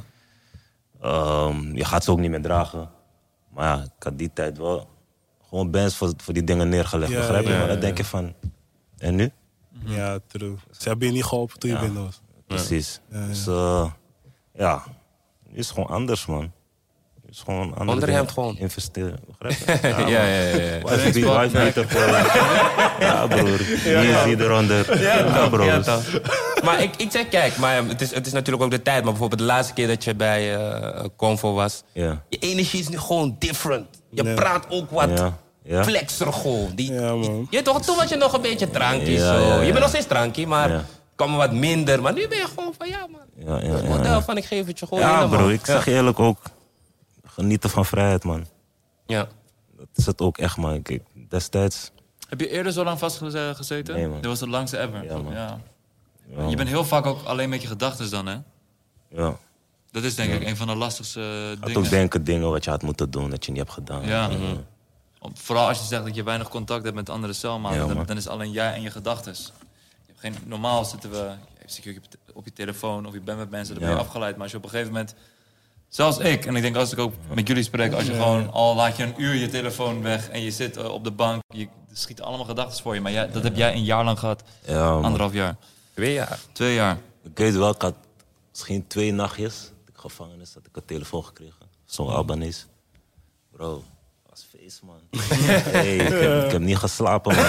Je gaat ze ook niet meer dragen. Maar ja, ik had die tijd wel gewoon bands voor die dingen neergelegd. Ja, begrijp je? ja, Maar dan denk je van, en nu? Ja, true. Ze hebben je niet geholpen toen je binnen was. Precies. Ja. Dus ja, nu is het gewoon anders, man. Nu is het gewoon andere Onderhemd dingen. gewoon. Investeren, begrijp je? Ja. Wife beter voor... Ja, broer. Easy eronder. Ja, broer. Ja, toch. Maar ik zeg, kijk, maar het is natuurlijk ook de tijd. Maar bijvoorbeeld de laatste keer dat je bij Convo was... Ja. Je energie is nu gewoon different. Je Ja. praat ook wat Ja. flexer gewoon. Ja, man. Je toch, toen was je nog een beetje trankie. Ja, zo. ja, ja. Je bent nog steeds trankie, maar Ja. kwam er wat minder. Maar nu ben je gewoon van, ja man. Ja. Model van, ik geef het je gewoon Ja, helemaal. bro, ik zeg je eerlijk ook. Genieten van vrijheid, man. Ja. Dat is het ook echt, man. Kijk, destijds... Heb je eerder zo lang vastgezeten? Nee, man. Dat was het langste ever. Ja, man. Ja. Ja, Je bent heel vaak ook alleen met je gedachten dan, hè? ja. Dat is denk ik een van de lastigste Had dingen. ook denken dingen wat je had moeten doen, dat je niet hebt gedaan. Ja. Vooral als je zegt dat je weinig contact hebt met andere celmaten, Ja, dan, man. dan is alleen jij en je gedachten. Normaal zitten we op je telefoon of je bent met mensen, dan ben je Ja. afgeleid. Maar als je op een gegeven moment, zelfs ik, en ik denk als ik ook met jullie spreek, als je gewoon al laat je een uur je telefoon weg en je zit op de bank, er schieten allemaal gedachten voor je. Maar dat heb jij een jaar lang gehad, Ja, man. 1,5 jaar, 2 jaar. 2 jaar. Ik weet wel, ik had misschien 2 nachtjes. Dat ik gevangenis had ik een telefoon gekregen. Zo'n Albanese. Bro, was feest, man. Hey, ik heb niet geslapen, man.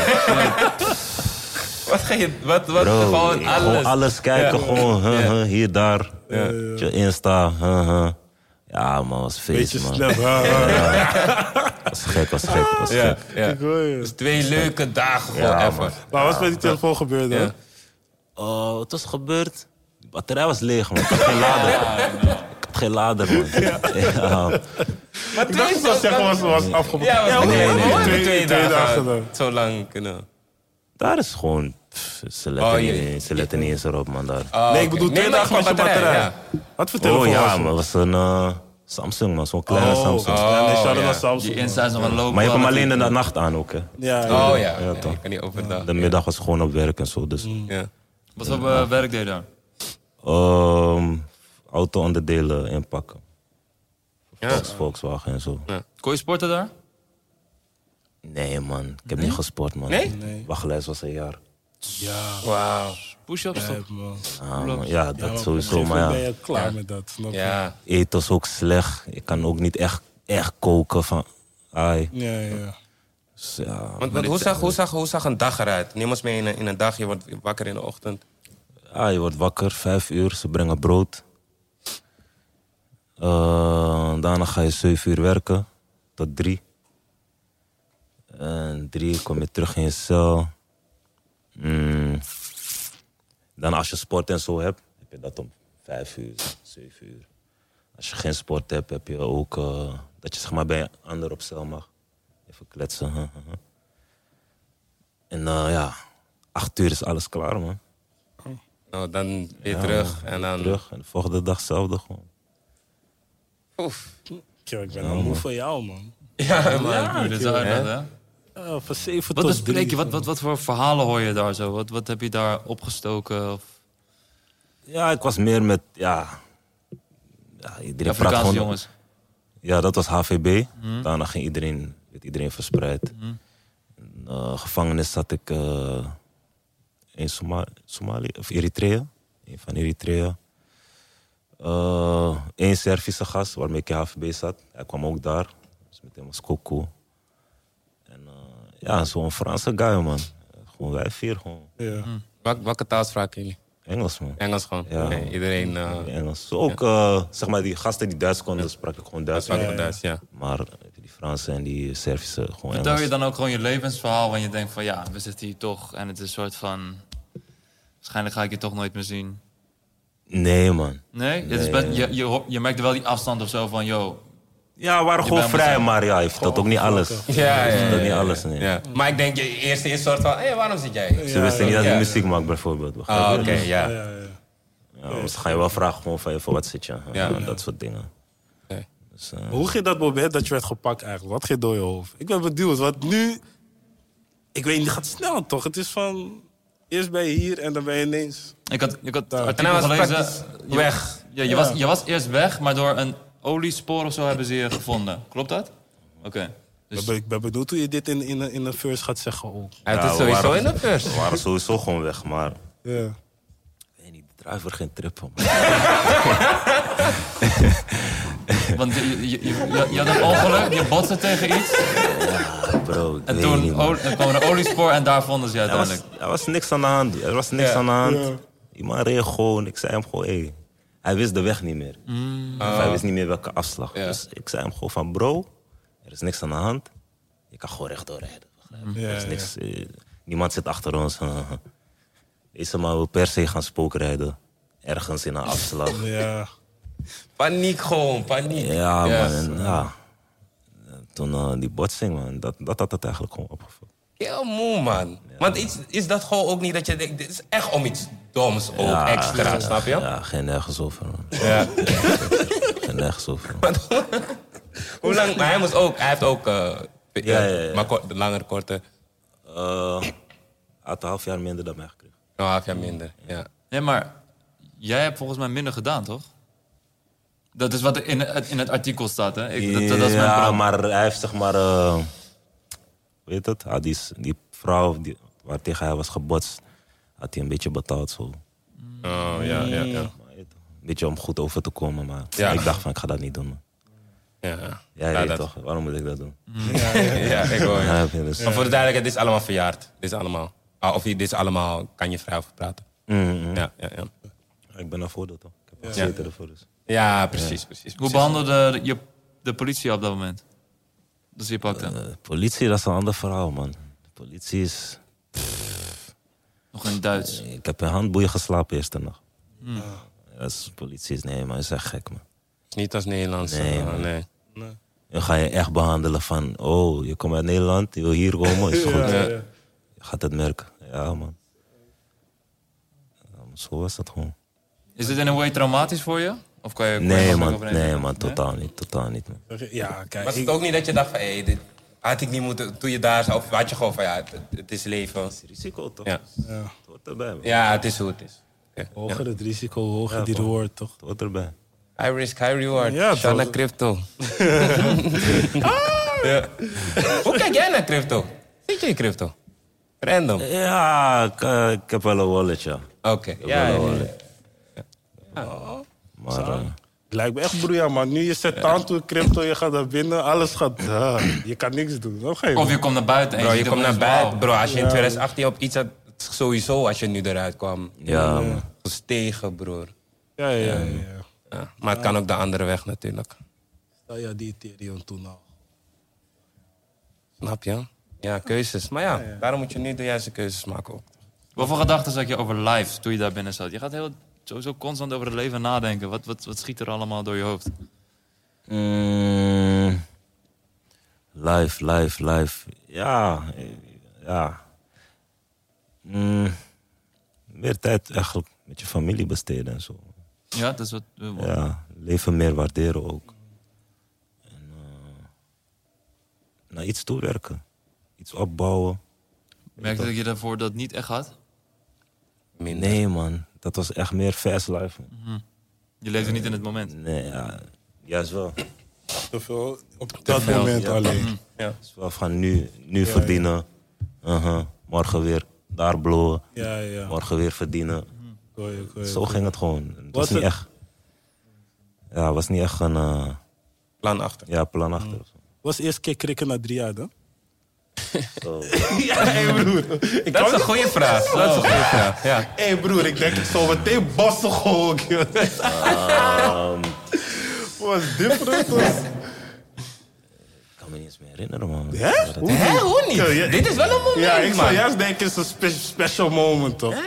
Wat ga je... Wat Bro, gewoon alles. Gewoon alles kijken, gewoon hier, daar. Je Insta, Ja, man, was feest, Beetje man. snel. Was gek. Ja. Ik hoor je. Dus 2 leuke dagen gewoon Ja, even. man. Maar wat is met die telefoon gebeurd dan? Ja. Oh, wat was er gebeurd? De batterij was leeg, man. Ik had geen lader. Ik had geen lader, man. Ja. Maar Ik dacht dat ze zeggen was afgelopen. Ja, hoe- nee, hoe- nee, hoe- nee. 2 dagen dan. zo lang kunnen. Daar is gewoon... ze letten niet eens erop, man, daar. Oh, Nee, ik oké. bedoel 2 dagen maar met je batterij. ja. Wat voor telefoon Oh ja, was het? maar het was een Samsung, man. Zo'n kleine Samsung. Ja, nee, shout-out ja. naar Samsung. Die Insta is nog een low Maar je hebt hem quality. alleen in de nacht aan ook, hè. Ja, Oh ja, Ja, ik toch. kan niet overdag. De middag was gewoon op werk en zo, dus... Ja. Wat voor werk deed je daar? Auto-onderdelen inpakken. Ja. Volkswagen en zo. Kon je sporten daar? Nee, man. Ik heb niet gesport, man. Nee? Wachtlijst was een jaar. Ja, Wauw. Push-ups toch? man. Man. Ja, dat op sowieso. een gegeven Maar moment ben ja, je klaar met dat, snap je? Ja. eten is ook slecht. Ik kan ook niet echt koken van... Ai. Ja. Dus ja, Want hoe zag een dag eruit? Neem ons mee in een dag, je wordt wakker in de ochtend. je wordt wakker, 5 uur, ze brengen brood. Daarna ga je 7 uur werken, tot 3. En 3 kom je terug in je cel. Dan als je sport en zo hebt, heb je dat om 5 uur, 7 uur. Als je geen sport hebt, heb je ook dat je zeg maar bij een ander op cel mag. Even kletsen. En 8 uur is alles klaar, man. Nou, dan weer terug. En dan... Terug en de volgende dag hetzelfde gewoon. Oef. Yo, ik ben al moe voor jou, man. Ja, man. Dit is aardig, hè? Van 7 Wat tot bespreek 3. je? Wat voor verhalen hoor je daar zo? Wat heb je daar opgestoken? Of... Ja, ik was meer met, iedereen praat Afrikaanse gewoon... jongens. Ja, dat was HVB. Daarna werd iedereen verspreid. In gevangenis zat ik in Somalië, of Eritrea. Een van Eritrea. Eén Servische gast waarmee ik in HVB zat. Hij kwam ook daar. Dus met hem was Coco. En zo'n Franse guy, man. Gewoon wij 4 gewoon. Ja. Welke taal spraken jullie? Engels, man. Engels gewoon? Ja. Oké, iedereen... Engels. Zo ook, zeg maar, die gasten die Duits konden, sprak ik gewoon Duits. spraken Duits, ja. Maar die Franse en die Servische gewoon Vertel Engels. je dan ook gewoon je levensverhaal, want je denkt van ja, we zitten hier toch en het is een soort van... Waarschijnlijk ga ik je toch nooit meer zien. Nee, man. Nee? Het is je merkte wel die afstand of zo van, yo... Ja, we waren gewoon bent vrij, meteen- maar ja, je vertelt ook niet alles. Ja. Dat niet alles, nee. Ja. Maar ik denk, je eerste is soort van, waarom zit jij? Ze wisten niet dat ik Ja. muziek maak, bijvoorbeeld. Ah, oké, ja. Ja. Ja, dus ga je wel vragen gewoon van, voor wat zit je? Ja. Dat soort dingen. Oké. Dus, Hoe ging dat moment dat je werd gepakt eigenlijk? Wat ging door je hoofd? Ik ben benieuwd, want nu... Ik weet niet, het gaat snel toch? Het is van... Eerst ben je hier en dan ben je ineens... Ik had het En artikel hij was gelezen. praktisch weg. Ja, je was eerst weg, maar door een oliespoor of zo hebben ze je gevonden. Klopt dat? Oké. Dus Ik ben benieuwd hoe je dit in een verse gaat zeggen. Oh. Hij heeft het we sowieso waren- in de first. We waren sowieso gewoon weg, maar... Ja. Ik weet niet, de driver geen trip, man. want je had een ongeluk, je botste tegen iets. Ja, bro, ik En weet toen niet, man. kwam er een oliespoor en daar vonden ze je uiteindelijk. Er was niks aan de hand. Er was niks aan de hand. Iemand reed gewoon. Ik zei hem gewoon, hij wist de weg niet meer. Of hij wist niet meer welke afslag. Ja. Dus ik zei hem gewoon van, bro, er is niks aan de hand. Je kan gewoon rechtdoor rijden. Er is niks, niemand zit achter ons. Deze man wil per se gaan spookrijden. Ergens in een afslag. Ja. Paniek gewoon, paniek. Ja, Ja. man. En, ja. Toen die botsing, man. Dat had het eigenlijk gewoon opgevallen. Heel moe, man. Want is dat gewoon ook niet dat je denkt, dit is echt om iets doms ook Ja, extra, snap je? Ja, geen nergens over, man. Ja. Geen nergens over, man. Hoe lang? Maar hij heeft ook Ja. maar langere, korte, Had een half jaar minder dan mij gekregen. een half jaar minder. Ja. Nee, maar jij hebt volgens mij minder gedaan, toch? Dat is wat in het artikel staat, hè? Dat is mijn Ja, probleem. maar hij heeft zeg maar... weet het? Die vrouw waar tegen hij was gebotst... had hij een beetje betaald zo. Oh, ja. Maar, weet je, een beetje om goed over te komen, maar Ja. ik dacht van ik ga dat niet doen, man. Ja, Jij ja, weet dat- toch, waarom moet ik dat doen? Ja, ik hoor je. Ja, heb je dus. Maar voor de duidelijkheid, dit is allemaal verjaard. Dit is allemaal. Dit is allemaal, kan je vrij over praten. Ja. Ik ben ervoor dat toch. Ik heb gezeten ervoor dus. Ja, precies. Hoe behandelde de politie op dat moment? Dat ze je pakte? Politie, dat is een ander verhaal, man. De politie is... Nog in Duits. Ik heb in handboeien geslapen eerste nacht. Dat is, politie is... Nee, man, is echt gek, man. Niet als Nederlands. Nee, man. nee. Dan ga je echt behandelen van... Oh, je komt uit Nederland, je wil hier komen, is goed. Je gaat het merken. Ja, man. Ja, maar zo was dat gewoon. Is dit in een way traumatisch voor je? Of kan je Nee, er man. overheen? Nee, man. Totaal niet. Totaal niet, man. Ja, kijk. Was het ook niet dat je dacht van, Had ik niet moeten... Toen je daar zat, of had je gewoon van ja, het is leven. Het is risico, toch? Ja. Ja. Het hoort erbij, man. Ja, het is hoe het is. Oké. Hoger het risico, hoger die toch. reward, toch? Het hoort erbij. High risk, high reward. Ja, Shout naar toch. crypto. Ja. Hoe kijk jij naar crypto? Zit je in crypto? Random. Ja, ik heb wel een wallet, ja. Oké. Ja, ja, ja. Maar Lijkt me echt broeia, man. Nu je zet aan toe crypto, je gaat naar binnen, alles gaat... je kan niks doen. Wat ga je Of doen? je komt naar buiten en Bro, je ziet komt naar opeens, buiten. wauw. Bro, als je in 2018 op iets had... het is sowieso als je nu eruit kwam. ja, man. Gestegen, broer. Ja. Ja, maar het kan ook de andere weg natuurlijk. Stel ja, die Ethereum toen al. Snap je? Ja, keuzes. Maar ja, daarom moet je nu de juiste keuzes maken ook. Wat voor gedachten zat je over live toen je daar binnen zat? Je gaat sowieso constant over het leven nadenken. Wat schiet er allemaal door je hoofd? Live. Ja. Meer tijd eigenlijk met je familie besteden en zo. Ja, dat is wat... Ja, leven meer waarderen ook. En naar iets toewerken. Iets opbouwen. Merkte dat je daarvoor dat niet echt had? Minder. Nee, man. Dat was echt meer fast life. man. Je leefde niet in het moment. Nee, ja. Juist wel. Te veel op dat veel, moment ja. alleen. Ja. Het is wel van nu verdienen. Morgen weer daar blowen. Ja. Morgen weer verdienen. Goeie. Zo ging het gewoon. Het was Was niet het- echt... Ja, het was niet echt een Plan achter. plan achter. Was de eerste keer krikken na 3 jaar dan? Zo. Ja, hey broer. Dat is een goede vraag. Dat is een goede vraag. Ja. Hé broer, ik denk ik zo meteen bassen gewoon. Was different. Ik kan me niet eens meer herinneren, man. Hè? Dat- Hè, hoe niet? Ja. Dit is wel een moment, Ja, ik zou man. juist denken, het is een special moment, toch?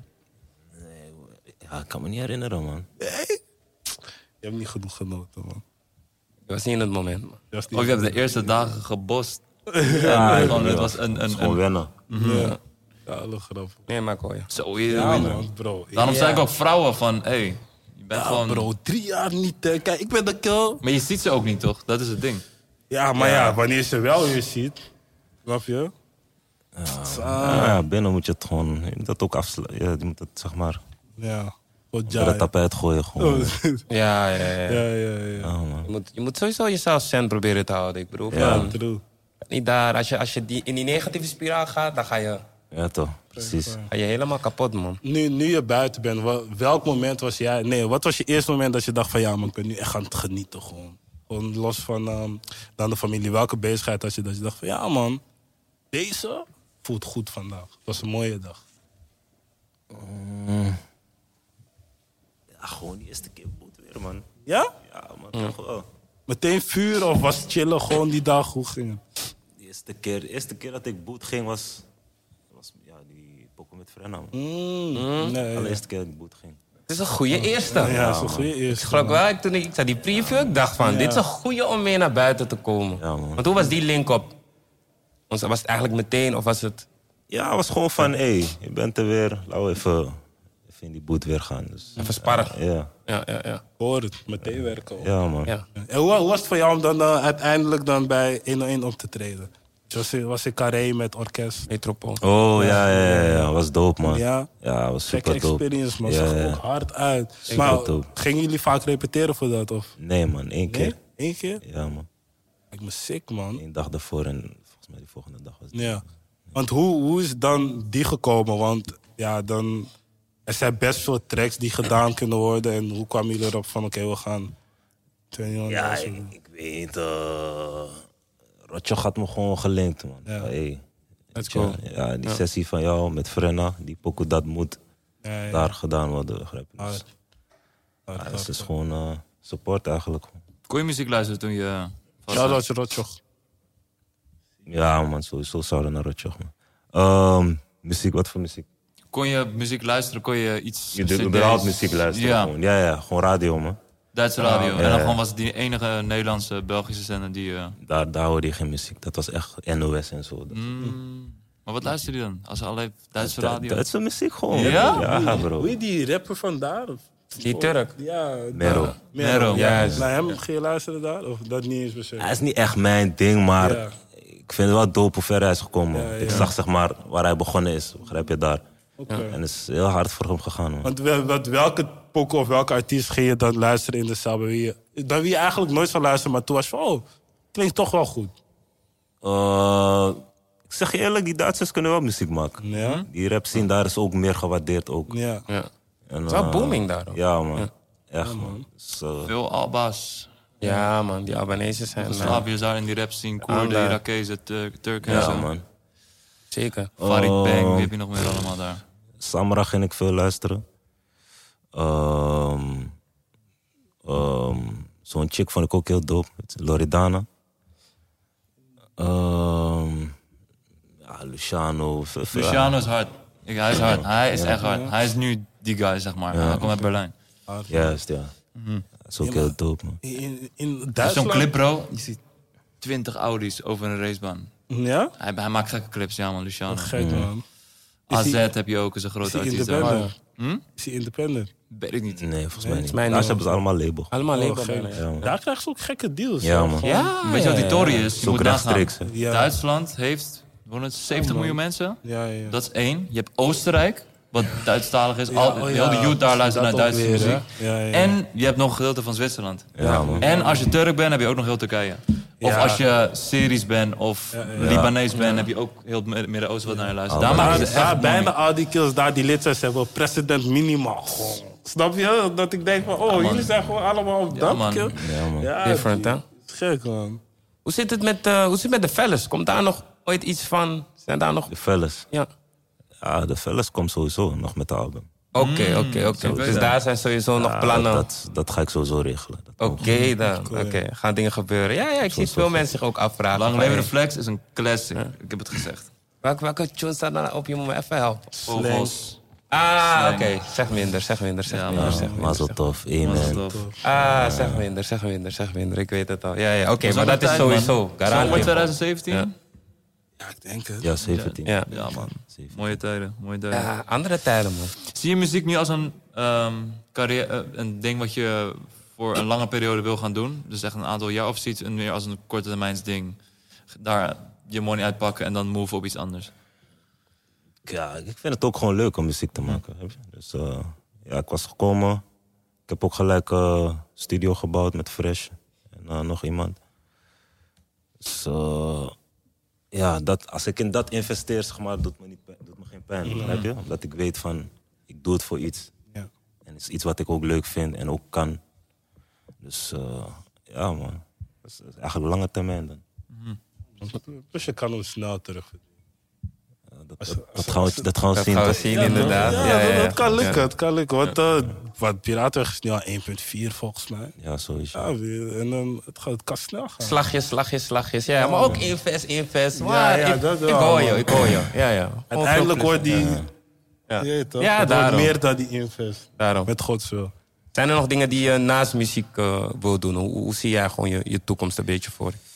Ja, ik kan me niet herinneren, man. Je hebt niet genoeg genoten, man. Dat was niet in het moment, man. Juist niet. Of je hebt de eerste dagen gebost. Ja, Het was het is gewoon wennen. Ja, alle grappen. Nee, maar ik hoor je. Zo, Ja, man, bro. Daarom Ja. zei ik ook vrouwen van, hé, je bent Ja, gewoon... bro, 3 jaar niet. Kijk, ik ben de kill. Maar je ziet ze ook niet, toch? Dat is het ding. Ja, maar ja, wanneer je ze wel weer ziet. Snap je? Ja, binnen moet je het gewoon... Je moet dat ook afsluiten. Ja, je moet het, zeg maar... Ja. Wat Bij de tapijt gooien, gewoon. Ja. Ja. man. Je moet sowieso jezelf zen proberen te houden. Ik bedoel, Ja. van, True. niet daar. Als je in die negatieve spiraal gaat, dan ga je Ja, toch. Precies. helemaal kapot, man. Nu je buiten bent, welk moment was jij... Nee, wat was je eerste moment dat je dacht van... Ja, man, ik ben nu echt aan het genieten, gewoon. Gewoon los van dan de familie. Welke bezigheid had je dat je dacht van... Ja, man, deze voelt goed vandaag. Het was een mooie dag. Ja, gewoon die eerste keer boet weer, man. Ja? Ja, man, toch wel. Meteen vuur of was het chillen gewoon die dag? Hoe ging het? De eerste keer dat ik boet ging was ja, die pokken met Frenna, man. Nee. De allereerste keer dat ik boet ging. Het is een goede eerste. Ja, dat is een goede eerste. Ik geloof wel, toen ik zag die preview, ik dacht van, dit is een goede om mee naar buiten te komen. Ja, man. Want hoe was die link op? Was het eigenlijk meteen of was het... Ja, het was gewoon van, hé, je bent er weer. Laten we even in die boet weer gaan. Dus, Even sparren. ja, Ja. Hoor het, meteen werken. ja, man. Ja. En hoe was het voor jou om dan uiteindelijk dan bij 101 op te treden? Was in Carré met orkest? Metropool. Oh, ja. Was dope, man. Ja? Ja, was Gekke super dope. experience, man. Ja, Zag er ja. ook hard uit. Super Maar dope. gingen jullie vaak repeteren voor dat? Of? Nee, man, één keer. Nee? 1 keer? Ja, man. Ik me sick, man. 1 dag daarvoor en volgens mij die volgende dag was het. Ja. Want hoe is dan die gekomen? Want ja, dan... Er zijn best veel tracks die gedaan kunnen worden. En hoe kwamen jullie erop van, oké, we gaan... 21 Ja, days ik weet niet. Rotjo had me gewoon gelinkt, man. Ja. Hey, Let's ja, go. ja, die sessie van jou met Frenna, die pokoe dat moet Ja. daar gedaan worden, begrijp je. Dus, Hard. ja, Hard, het hard. is gewoon support eigenlijk. Kon je muziek luisteren toen je... Shout-out Rotjoch. Ja, man, sowieso zouden naar Rotjo, man. Muziek, wat voor muziek? Kon je muziek luisteren? Kon je iets... Je doet CD's? überhaupt muziek luisteren, Ja, gewoon. Ja, gewoon radio, man. Duitse radio. Ja, En dan ja. gewoon was het die enige Nederlandse, Belgische zender die... Daar hoorde je geen muziek. Dat was echt NOS en zo. Maar wat luister je dan? Als alleen Duitse radio? Duitse muziek gewoon. Ja? Ja, bro. Hoe heet die rapper vandaar? Die Turk. Ja. Mero. Mero. Ja, Juist. naar hem ging je luisteren daar? Of dat niet eens per se? Hij is niet echt mijn ding, maar Ja. ik ik vind het wel dope hoe ver hij is gekomen. Ja, ja. Ik zag zeg maar waar hij begonnen is, begrijp je daar. Oké. En het is heel hard voor hem gegaan, man. Want welke pokoe of welke artiest ging je dan luisteren in de cel? Bij wie je eigenlijk nooit zou luisteren, maar toen was je van... Oh, klinkt toch wel goed. Ik zeg je eerlijk, die Duitsers kunnen wel muziek maken. Ja? Die rap scene daar is ook meer gewaardeerd ook. Ja. Ja. En, Het is wel booming daar. Hoor. Ja, man. Echt, man. Dus, Veel Alba's. Ja, man, die Albanese zijn... Slaviërs daar in die rap scene. Koerden, Ander. Irakezen, Turken en ja, zo. man. Zeker. Farid Bang, wie heb je nog meer allemaal daar? Samra ging ik veel luisteren. Zo'n chick vond ik ook heel dope. Loredana. Ja, Luciano. Veel. Luciano is hard. Hij is hard. Hij is echt hard. Hij is nu die guy, zeg maar. Hij komt uit Berlijn. Juist, ja. Dat is ook heel dope, man. In Zo'n Duitsland... clip, bro. Je ziet 20 Audi's over een racebaan. Ja? Hij maakt gekke clips, ja man, Luciano. Gek, man. AZ heb je ook, is een Is grote hij artiest daar. independent? Is hij independent? Weet ik niet. Nee, volgens mij niet. mij Daar niet. hebben ze allemaal label. Allemaal label gek. bijna, ja. Ja, man. Daar krijg je ook gekke deals. Ja, hè? man. Gewoon- Ja, Weet je wat die tory is? Je Zo moet nagaan. rechtstreeks, hè. Ja. Duitsland heeft 170 miljoen mensen. Ja. Dat is 1. Je hebt Oostenrijk, wat Duitsstalig is. Ja, Heel de youth daar luistert naar Dat Duitse ook weer, muziek. hè? Ja. En je hebt nog een gedeelte van Zwitserland. Ja, man. En als je Turk bent, heb je ook nog heel Turkije. Of Ja. als je Syrisch bent of Libanees bent, heb je ook heel het Midden-Oosten wat naar je luistert. Daar maken Maar ze echt bijna money. al die kills daar die lid zijn, ze hebben president minimaal. Gewoon. Snap je? Dat ik denk van, oh, jullie zijn gewoon allemaal op dat man. kill. Ja, man. Ja, Different, hè? gek, man. Hoe zit het met de Fellas? Komt daar nog ooit iets van? Zijn daar nog... De Fellas. Ja. Ja, de Fellas komt sowieso nog met het album. Oké. Dus daar zijn sowieso nog Ja, plannen. dat ga ik sowieso regelen. Dat komt. Oké dan. Oké, gaan dingen gebeuren. Ja, ik zie veel mensen zich ook afvragen. Lang van, Leven hey, Reflex is een classic. Ik heb het gezegd. welke tune staat daar op? Je moet me even helpen. Vogels. Ah, oké. Zeg minder. Mazel tov, amen. Ah, zeg minder. Ik weet het al. Ja. Oké, maar dat is sowieso. Zomer Garantie. 2017? Ja. Ja, ik denk het. Ja, 17. Ja. Ja, man. Mooie tijden. Ja, andere tijden, man. Zie je muziek nu als een carrière, een ding wat je voor een lange periode wil gaan doen? Dus echt een aantal jaar of zoiets, en meer als een korte termijns ding. Daar je money uitpakken en dan move op iets anders. Ja, ik vind het ook gewoon leuk om muziek te maken. Dus ja, ik was gekomen. Ik heb ook gelijk studio gebouwd met Fresh. En nog iemand. Dus ja, als ik in dat investeer, zeg maar, doet me geen pijn. Begrijp je? Omdat ik weet van, ik doe het voor iets. Ja. En het is iets wat ik ook leuk vind en ook kan. Dus ja, man. Dat is eigenlijk lange termijn dan. Dus je kan hem snel terug. Dat gaan we zien. Dat gaan we zien, inderdaad. Dat kan lukken. Het kan lukken. Want wat Piratenweg is nu al 1,4 volgens mij. Ja, sowieso. Ja, en het kan snel gaan. Slagjes. Ja, maar ook invest. Maar Ja, ik dat wel, ik hoor je. Ja. Uiteindelijk wordt die... Ja. Je weet toch? Ja, Het wordt daarom. meer dan die invest. Daarom. Met Gods wil. Zijn er nog dingen die je naast muziek wil doen? Hoe zie jij gewoon je toekomst een beetje voor je?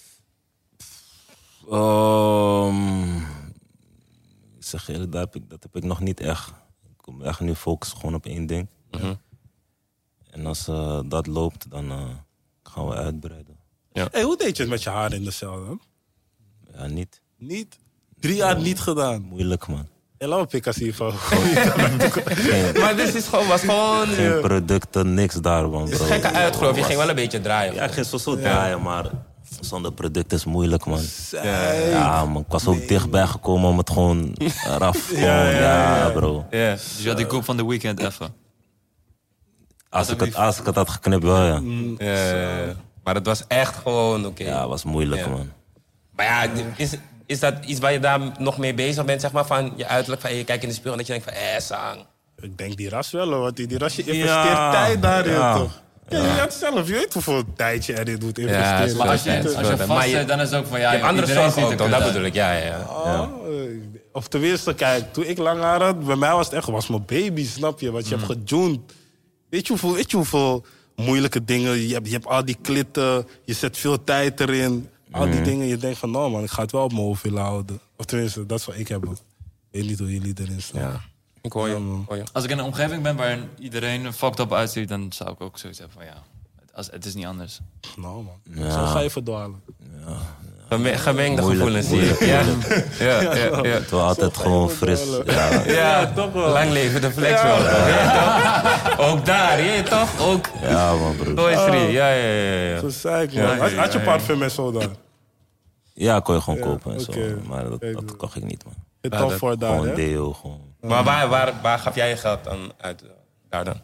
Ik zeg je eerlijk, dat heb ik nog niet echt. Ik kom echt nu focussen gewoon op één ding. En als dat loopt, dan gaan we uitbreiden. Hey, hoe deed je het met je haar in de cel dan? Ja, niet. Niet? 3 jaar niet gedaan. Moeilijk, man. En laat me pikken hiervan. Maar dit was gewoon Geen producten, niks daar, man, bro. gekke uitgeloof. Je ging wel een beetje draaien. Ja, ik ging zo draaien, maar zonder producten is moeilijk, man. Ja, man. Ik was ook dichtbij gekomen om het gewoon eraf. Ja, bro. Ja. Dus je had die koop van The Weeknd even. Als ik het had geknipt, wel, ja. Maar het was echt gewoon oké. Ja, was moeilijk, Ja. man. Maar ja, is dat iets waar je daar nog mee bezig bent, zeg maar, van je uiterlijk, van je kijkt in de spiegel en dat je denkt van, sang. Ik denk die ras wel, hoor. Want die ras, je investeert tijd daarin, toch? Ja, je hebt zelf, je weet hoeveel tijd je erin moet investeren. Ja, Maar als je Maar vast je- zit, dan is het ook van ja, Je hebt andere iedereen zorgen ziet ook, er toch? kut Dat uit. bedoel ik, ja. Of tenminste, kijk, toen ik lang haar had, bij mij was het echt, was mijn baby, snap je? Want je hebt gejoend. Weet je hoeveel moeilijke dingen, je hebt al die klitten, je zet veel tijd erin. Al die dingen, je denkt van, nou man, ik ga het wel op mijn hoofd willen houden. Of tenminste, dat is wat ik heb. Ik weet niet hoe jullie erin staan. Ja. Ik hoor je. Als ik in een omgeving ben waarin iedereen er fucked up uitziet, dan zou ik ook zoiets hebben van ja, het is niet anders. Nou man, Ja. zo ga je verdwalen. Gemengde Moeilijk, gevoelens, zie je. Ja. Ja. Het was altijd gewoon fris. Ja, Ja, toch wel. Lang leven de flex wel. Ja, toch? Ook daar, je toch? Ook ja man, broer. Toy Story. Ja. Zo zei ik, man. Had je parfum en zo dan? Ja, kon je gewoon kopen en zo. oké. Maar dat kocht ik niet, man. Je Tom Ford daar, Gewoon hè? deo, gewoon. Maar waar gaf jij je geld aan uit daar dan?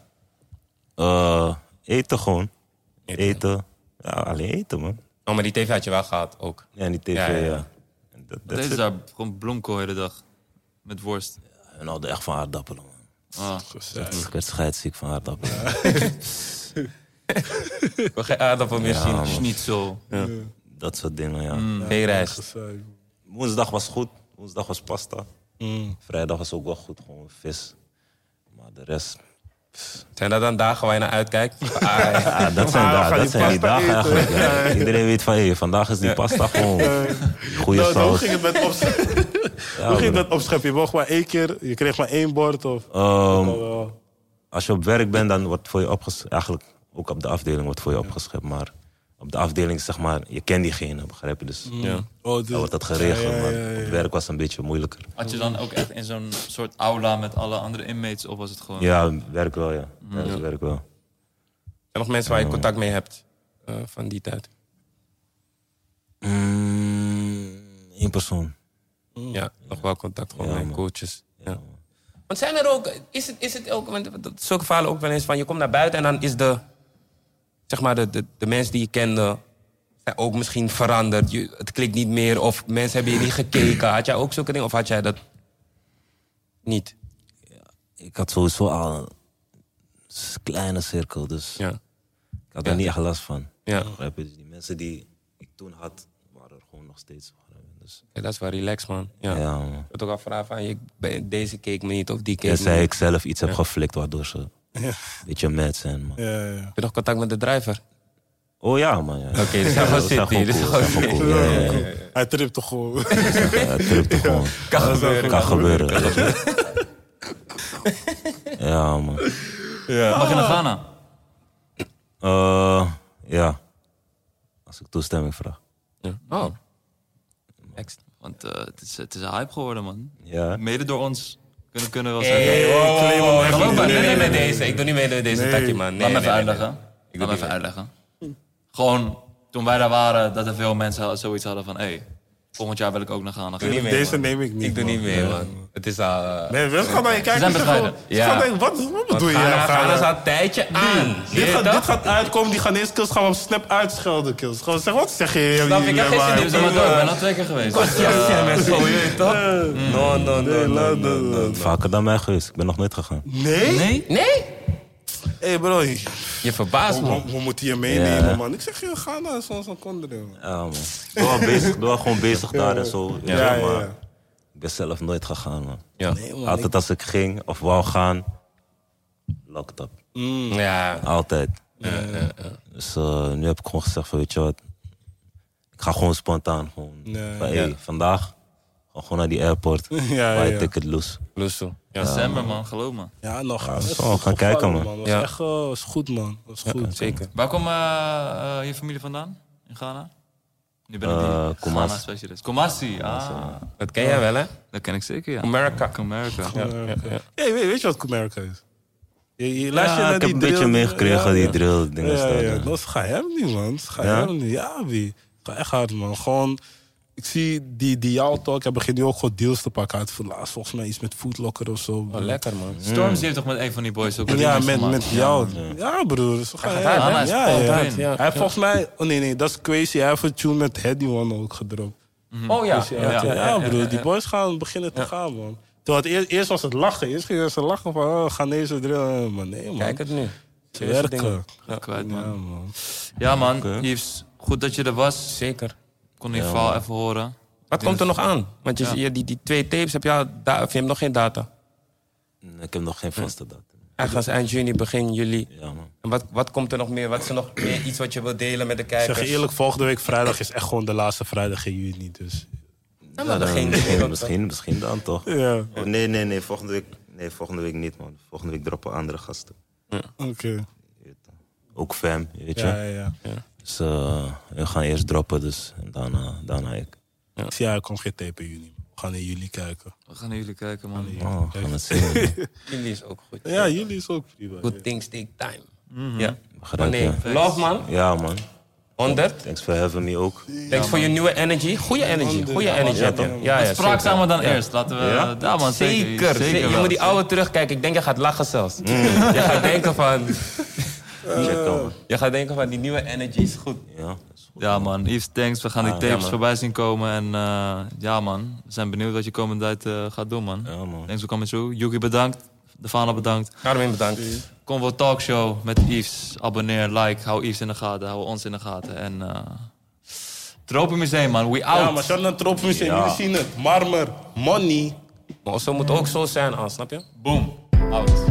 Eten gewoon. Eten. Ja, alleen eten, man. Oh, maar die tv had je wel gehad ook. Ja, die tv, Ja. ja. Dat Deze daar gewoon bloemkool de hele dag. Met worst. En hadden echt van aardappelen, man. Ah. Ik werd scheidsziek van aardappelen. Ik wil geen aardappel meer zien. man. Schnitzel. Dat soort dingen, ja. Geen rijst. Woensdag was goed. Woensdag was pasta. Vrijdag was ook wel goed, gewoon vis. Maar de rest... Zijn dat dan dagen waar je naar uitkijkt? Ja, dat zijn die dagen eigenlijk. Ja. Iedereen weet van, hey, vandaag is die pasta gewoon goede Hoe saus. ging het met opscheppen? Hoe ging het met opscheppen? Je mocht maar 1 keer, je kreeg maar 1 bord of... Als je op werk bent, dan wordt voor je opgeschept. Eigenlijk ook op de afdeling wordt voor je opgeschept. Maar op de afdeling, zeg maar, je kent diegene, begrijp je? Dus dan wordt dat geregeld. Maar op werk was het een beetje moeilijker. Had je dan ook echt in zo'n soort aula met alle andere inmates? Of was het gewoon... Ja, werk wel, ja. Werk wel. Zijn er nog mensen waar je contact mee hebt van die tijd? 1 persoon. Ja, nog wel contact gewoon Ja, met man. coaches. Ja. Want zijn er ook, is het ook, want zulke verhalen ook wel eens van je komt naar buiten en dan is zeg maar de mensen die je kende zijn ook misschien veranderd. Het klikt niet meer of mensen hebben je niet gekeken. Had jij ook zulke dingen of had jij dat niet? Ik had sowieso al een kleine cirkel, dus Ja. ik had er niet echt last van. Ja. Begrijp je? Dus die mensen die ik toen had, waren er gewoon nog steeds. Dus, Ja, dat is wel relaxed, man. Ja. ja, man. Ik word ook al vragen van, deze keek me niet of die keek me Tenzij niet. ik zelf iets heb geflikt waardoor ze een beetje mad zijn, man. Heb je nog contact met de driver? Oh ja, man. Ja. Oké, dus hij was Dat zijn City. gewoon Dus cool, hij dat was zijn gewoon City. cool. Ja, ja, ja. Hij tript toch gewoon. Ja, het tript toch gewoon. Kan gebeuren. Kan gebeuren. Ja, man. Mag je naar Ghana? Ja. Als ik toestemming vraag. Ja. Oh. Next. Want het is een hype geworden, man. Ja. Mede door ons kunnen we wel Hey, zeggen. geloof me, nee, met deze. Ik doe niet mee met deze takje, man. Nee, Laat me even nee, uitleggen. Ik Laat doe me even niet uitleggen. Gewoon, toen wij daar waren, dat er veel mensen zoiets hadden van... Hé, volgend jaar wil ik ook naar Ghana. doe niet mee, Deze man. neem ik niet. Ik doe niet man. mee, man. Het is al... Nee, we gaan naar je kijken. zijn ze zeggen bescheiden. gewoon- ze gaan denken, wat bedoel je? Ghana is al een tijdje aan. Dit gaat uitkomen, die Ghanese kills gaan we op snap uitschelden, kills. Gewoon zeggen, wat zeg je? Snap je? Ik heb geen zin in. Ik ben al 2 keer geweest. Ja, met zo, je weet toch? No. Vaker dan mij geweest. Ik ben nog nooit gegaan. Nee? Nee? Nee? Hé bro, Je verbaast me. we moeten je meenemen, man. Ik zeg je, ga naar zo'n kondre, man. Ja, man. Ik ben gewoon bezig daar en zo. Ja, Ja, ja, maar ja. ik ben zelf nooit gegaan, man. Ja. Altijd als ik ging of wou gaan, locked up. Ja. Altijd. Dus nu heb ik gewoon gezegd van, weet je wat, ik ga gewoon spontaan. Gewoon, van, hey, vandaag gewoon naar die airport, Ja, buy ja. ticket loose. Loeso. Ja. December, man. Geloof me. Ja, nog. Ja, dat is zo, goed gaan kijken, gevallen, man. Dat was Ja. echt was goed, man. Dat was goed. Zeker. Waar komt je familie vandaan? In Ghana? Nu ben ik die Kumasi. Ghana-specialist. Kumasi, Dat ken jij wel, hè? dat ken ik zeker, ja. Amerika. Amerika. Hey, weet je wat Comerica is? Je luistert Ja, naar ik die heb een beetje drill- meegekregen, die drill dingen Ja, staan. ja. Ja. Dat ga hem niet, man. Dat ga Ja? hem niet. Ja, wie? Ga echt hard, man. Gewoon, ik zie die Y'all Talk. Hij begint nu ook gewoon deals te pakken. Uit laatst volgens mij iets met Foodlocker of zo. Oh, lekker, man. Storms heeft toch met een van die boys ook een Ja, remix gemaakt? met jou. Ja, broer. Dus we gaan hard, hem. hè? Ja, Hij is ja. hard, ja. Hij heeft volgens mij... Oh, nee, dat is crazy. Hij heeft een tune met Heady One ook gedropt. Oh ja. Ja, broer. Die boys gaan beginnen te gaan, man. Terwijl eerst was het lachen. Eerst gingen ze lachen van, oh, Ghanese drill. Maar nee, man. Kijk het nu. Ze werken. Kwijt, Ja, man. man. Ja, man. Yves, goed dat je er was. Zeker. Kon je verhaal even horen. Wat komt er nog aan? Want die 2 tapes heb je al, of je hebt nog geen data. Ik heb nog geen vaste datum. Ergens eind juni, begin juli. Ja, man. En wat komt er nog meer? Wat is er nog meer iets wat je wilt delen met de Ik kijkers? zeg je eerlijk, volgende week vrijdag is echt gewoon de laatste vrijdag in juni. Dus. Ja, maar begin. Misschien dan toch? Ja, Oh, nee, volgende week niet, man. Volgende week droppen andere gasten. oké. Ook fam, weet je. Ja. Dus we gaan eerst droppen, dus. En daarna ik. Ja, komt geen tape in juni. We gaan in juli kijken. We gaan naar jullie kijken, man. Oh, we gaan het zien. Jullie is ook goed. Ja, jullie is ook prima. Good things take time. Ja. Begrijp Nee, je? love man. Ja, man. 100. Thanks for having me ook. Thanks voor je nieuwe energy. Goede energy. Goede energy heb je. Ja, Spraakzamer dan zeker. eerst. Laten we... Ja? man, Zeker. Je wel. moet die oude terugkijken. Ik denk je gaat lachen zelfs. Je gaat denken van... Check man. Je gaat denken van die nieuwe energy is goed. Ja, dat is goed. Ja, man. Yves, thanks. We gaan die tapes man. voorbij zien komen. En ja, man. We zijn benieuwd wat je komende tijd gaat doen, man. Ja, man. Thanks for coming through. Yuki bedankt. Devana bedankt. Armin bedankt. Convo Talkshow met Yves. Abonneer, like. Hou Yves in de gaten. Hou ons in de gaten. En... Tropenmuseum, man. We out. Ja, maar Shannon Tropenmuseum, jullie zien het. Marmer, money. Maar zo moet ook zo zijn, snap je? Boom. Out.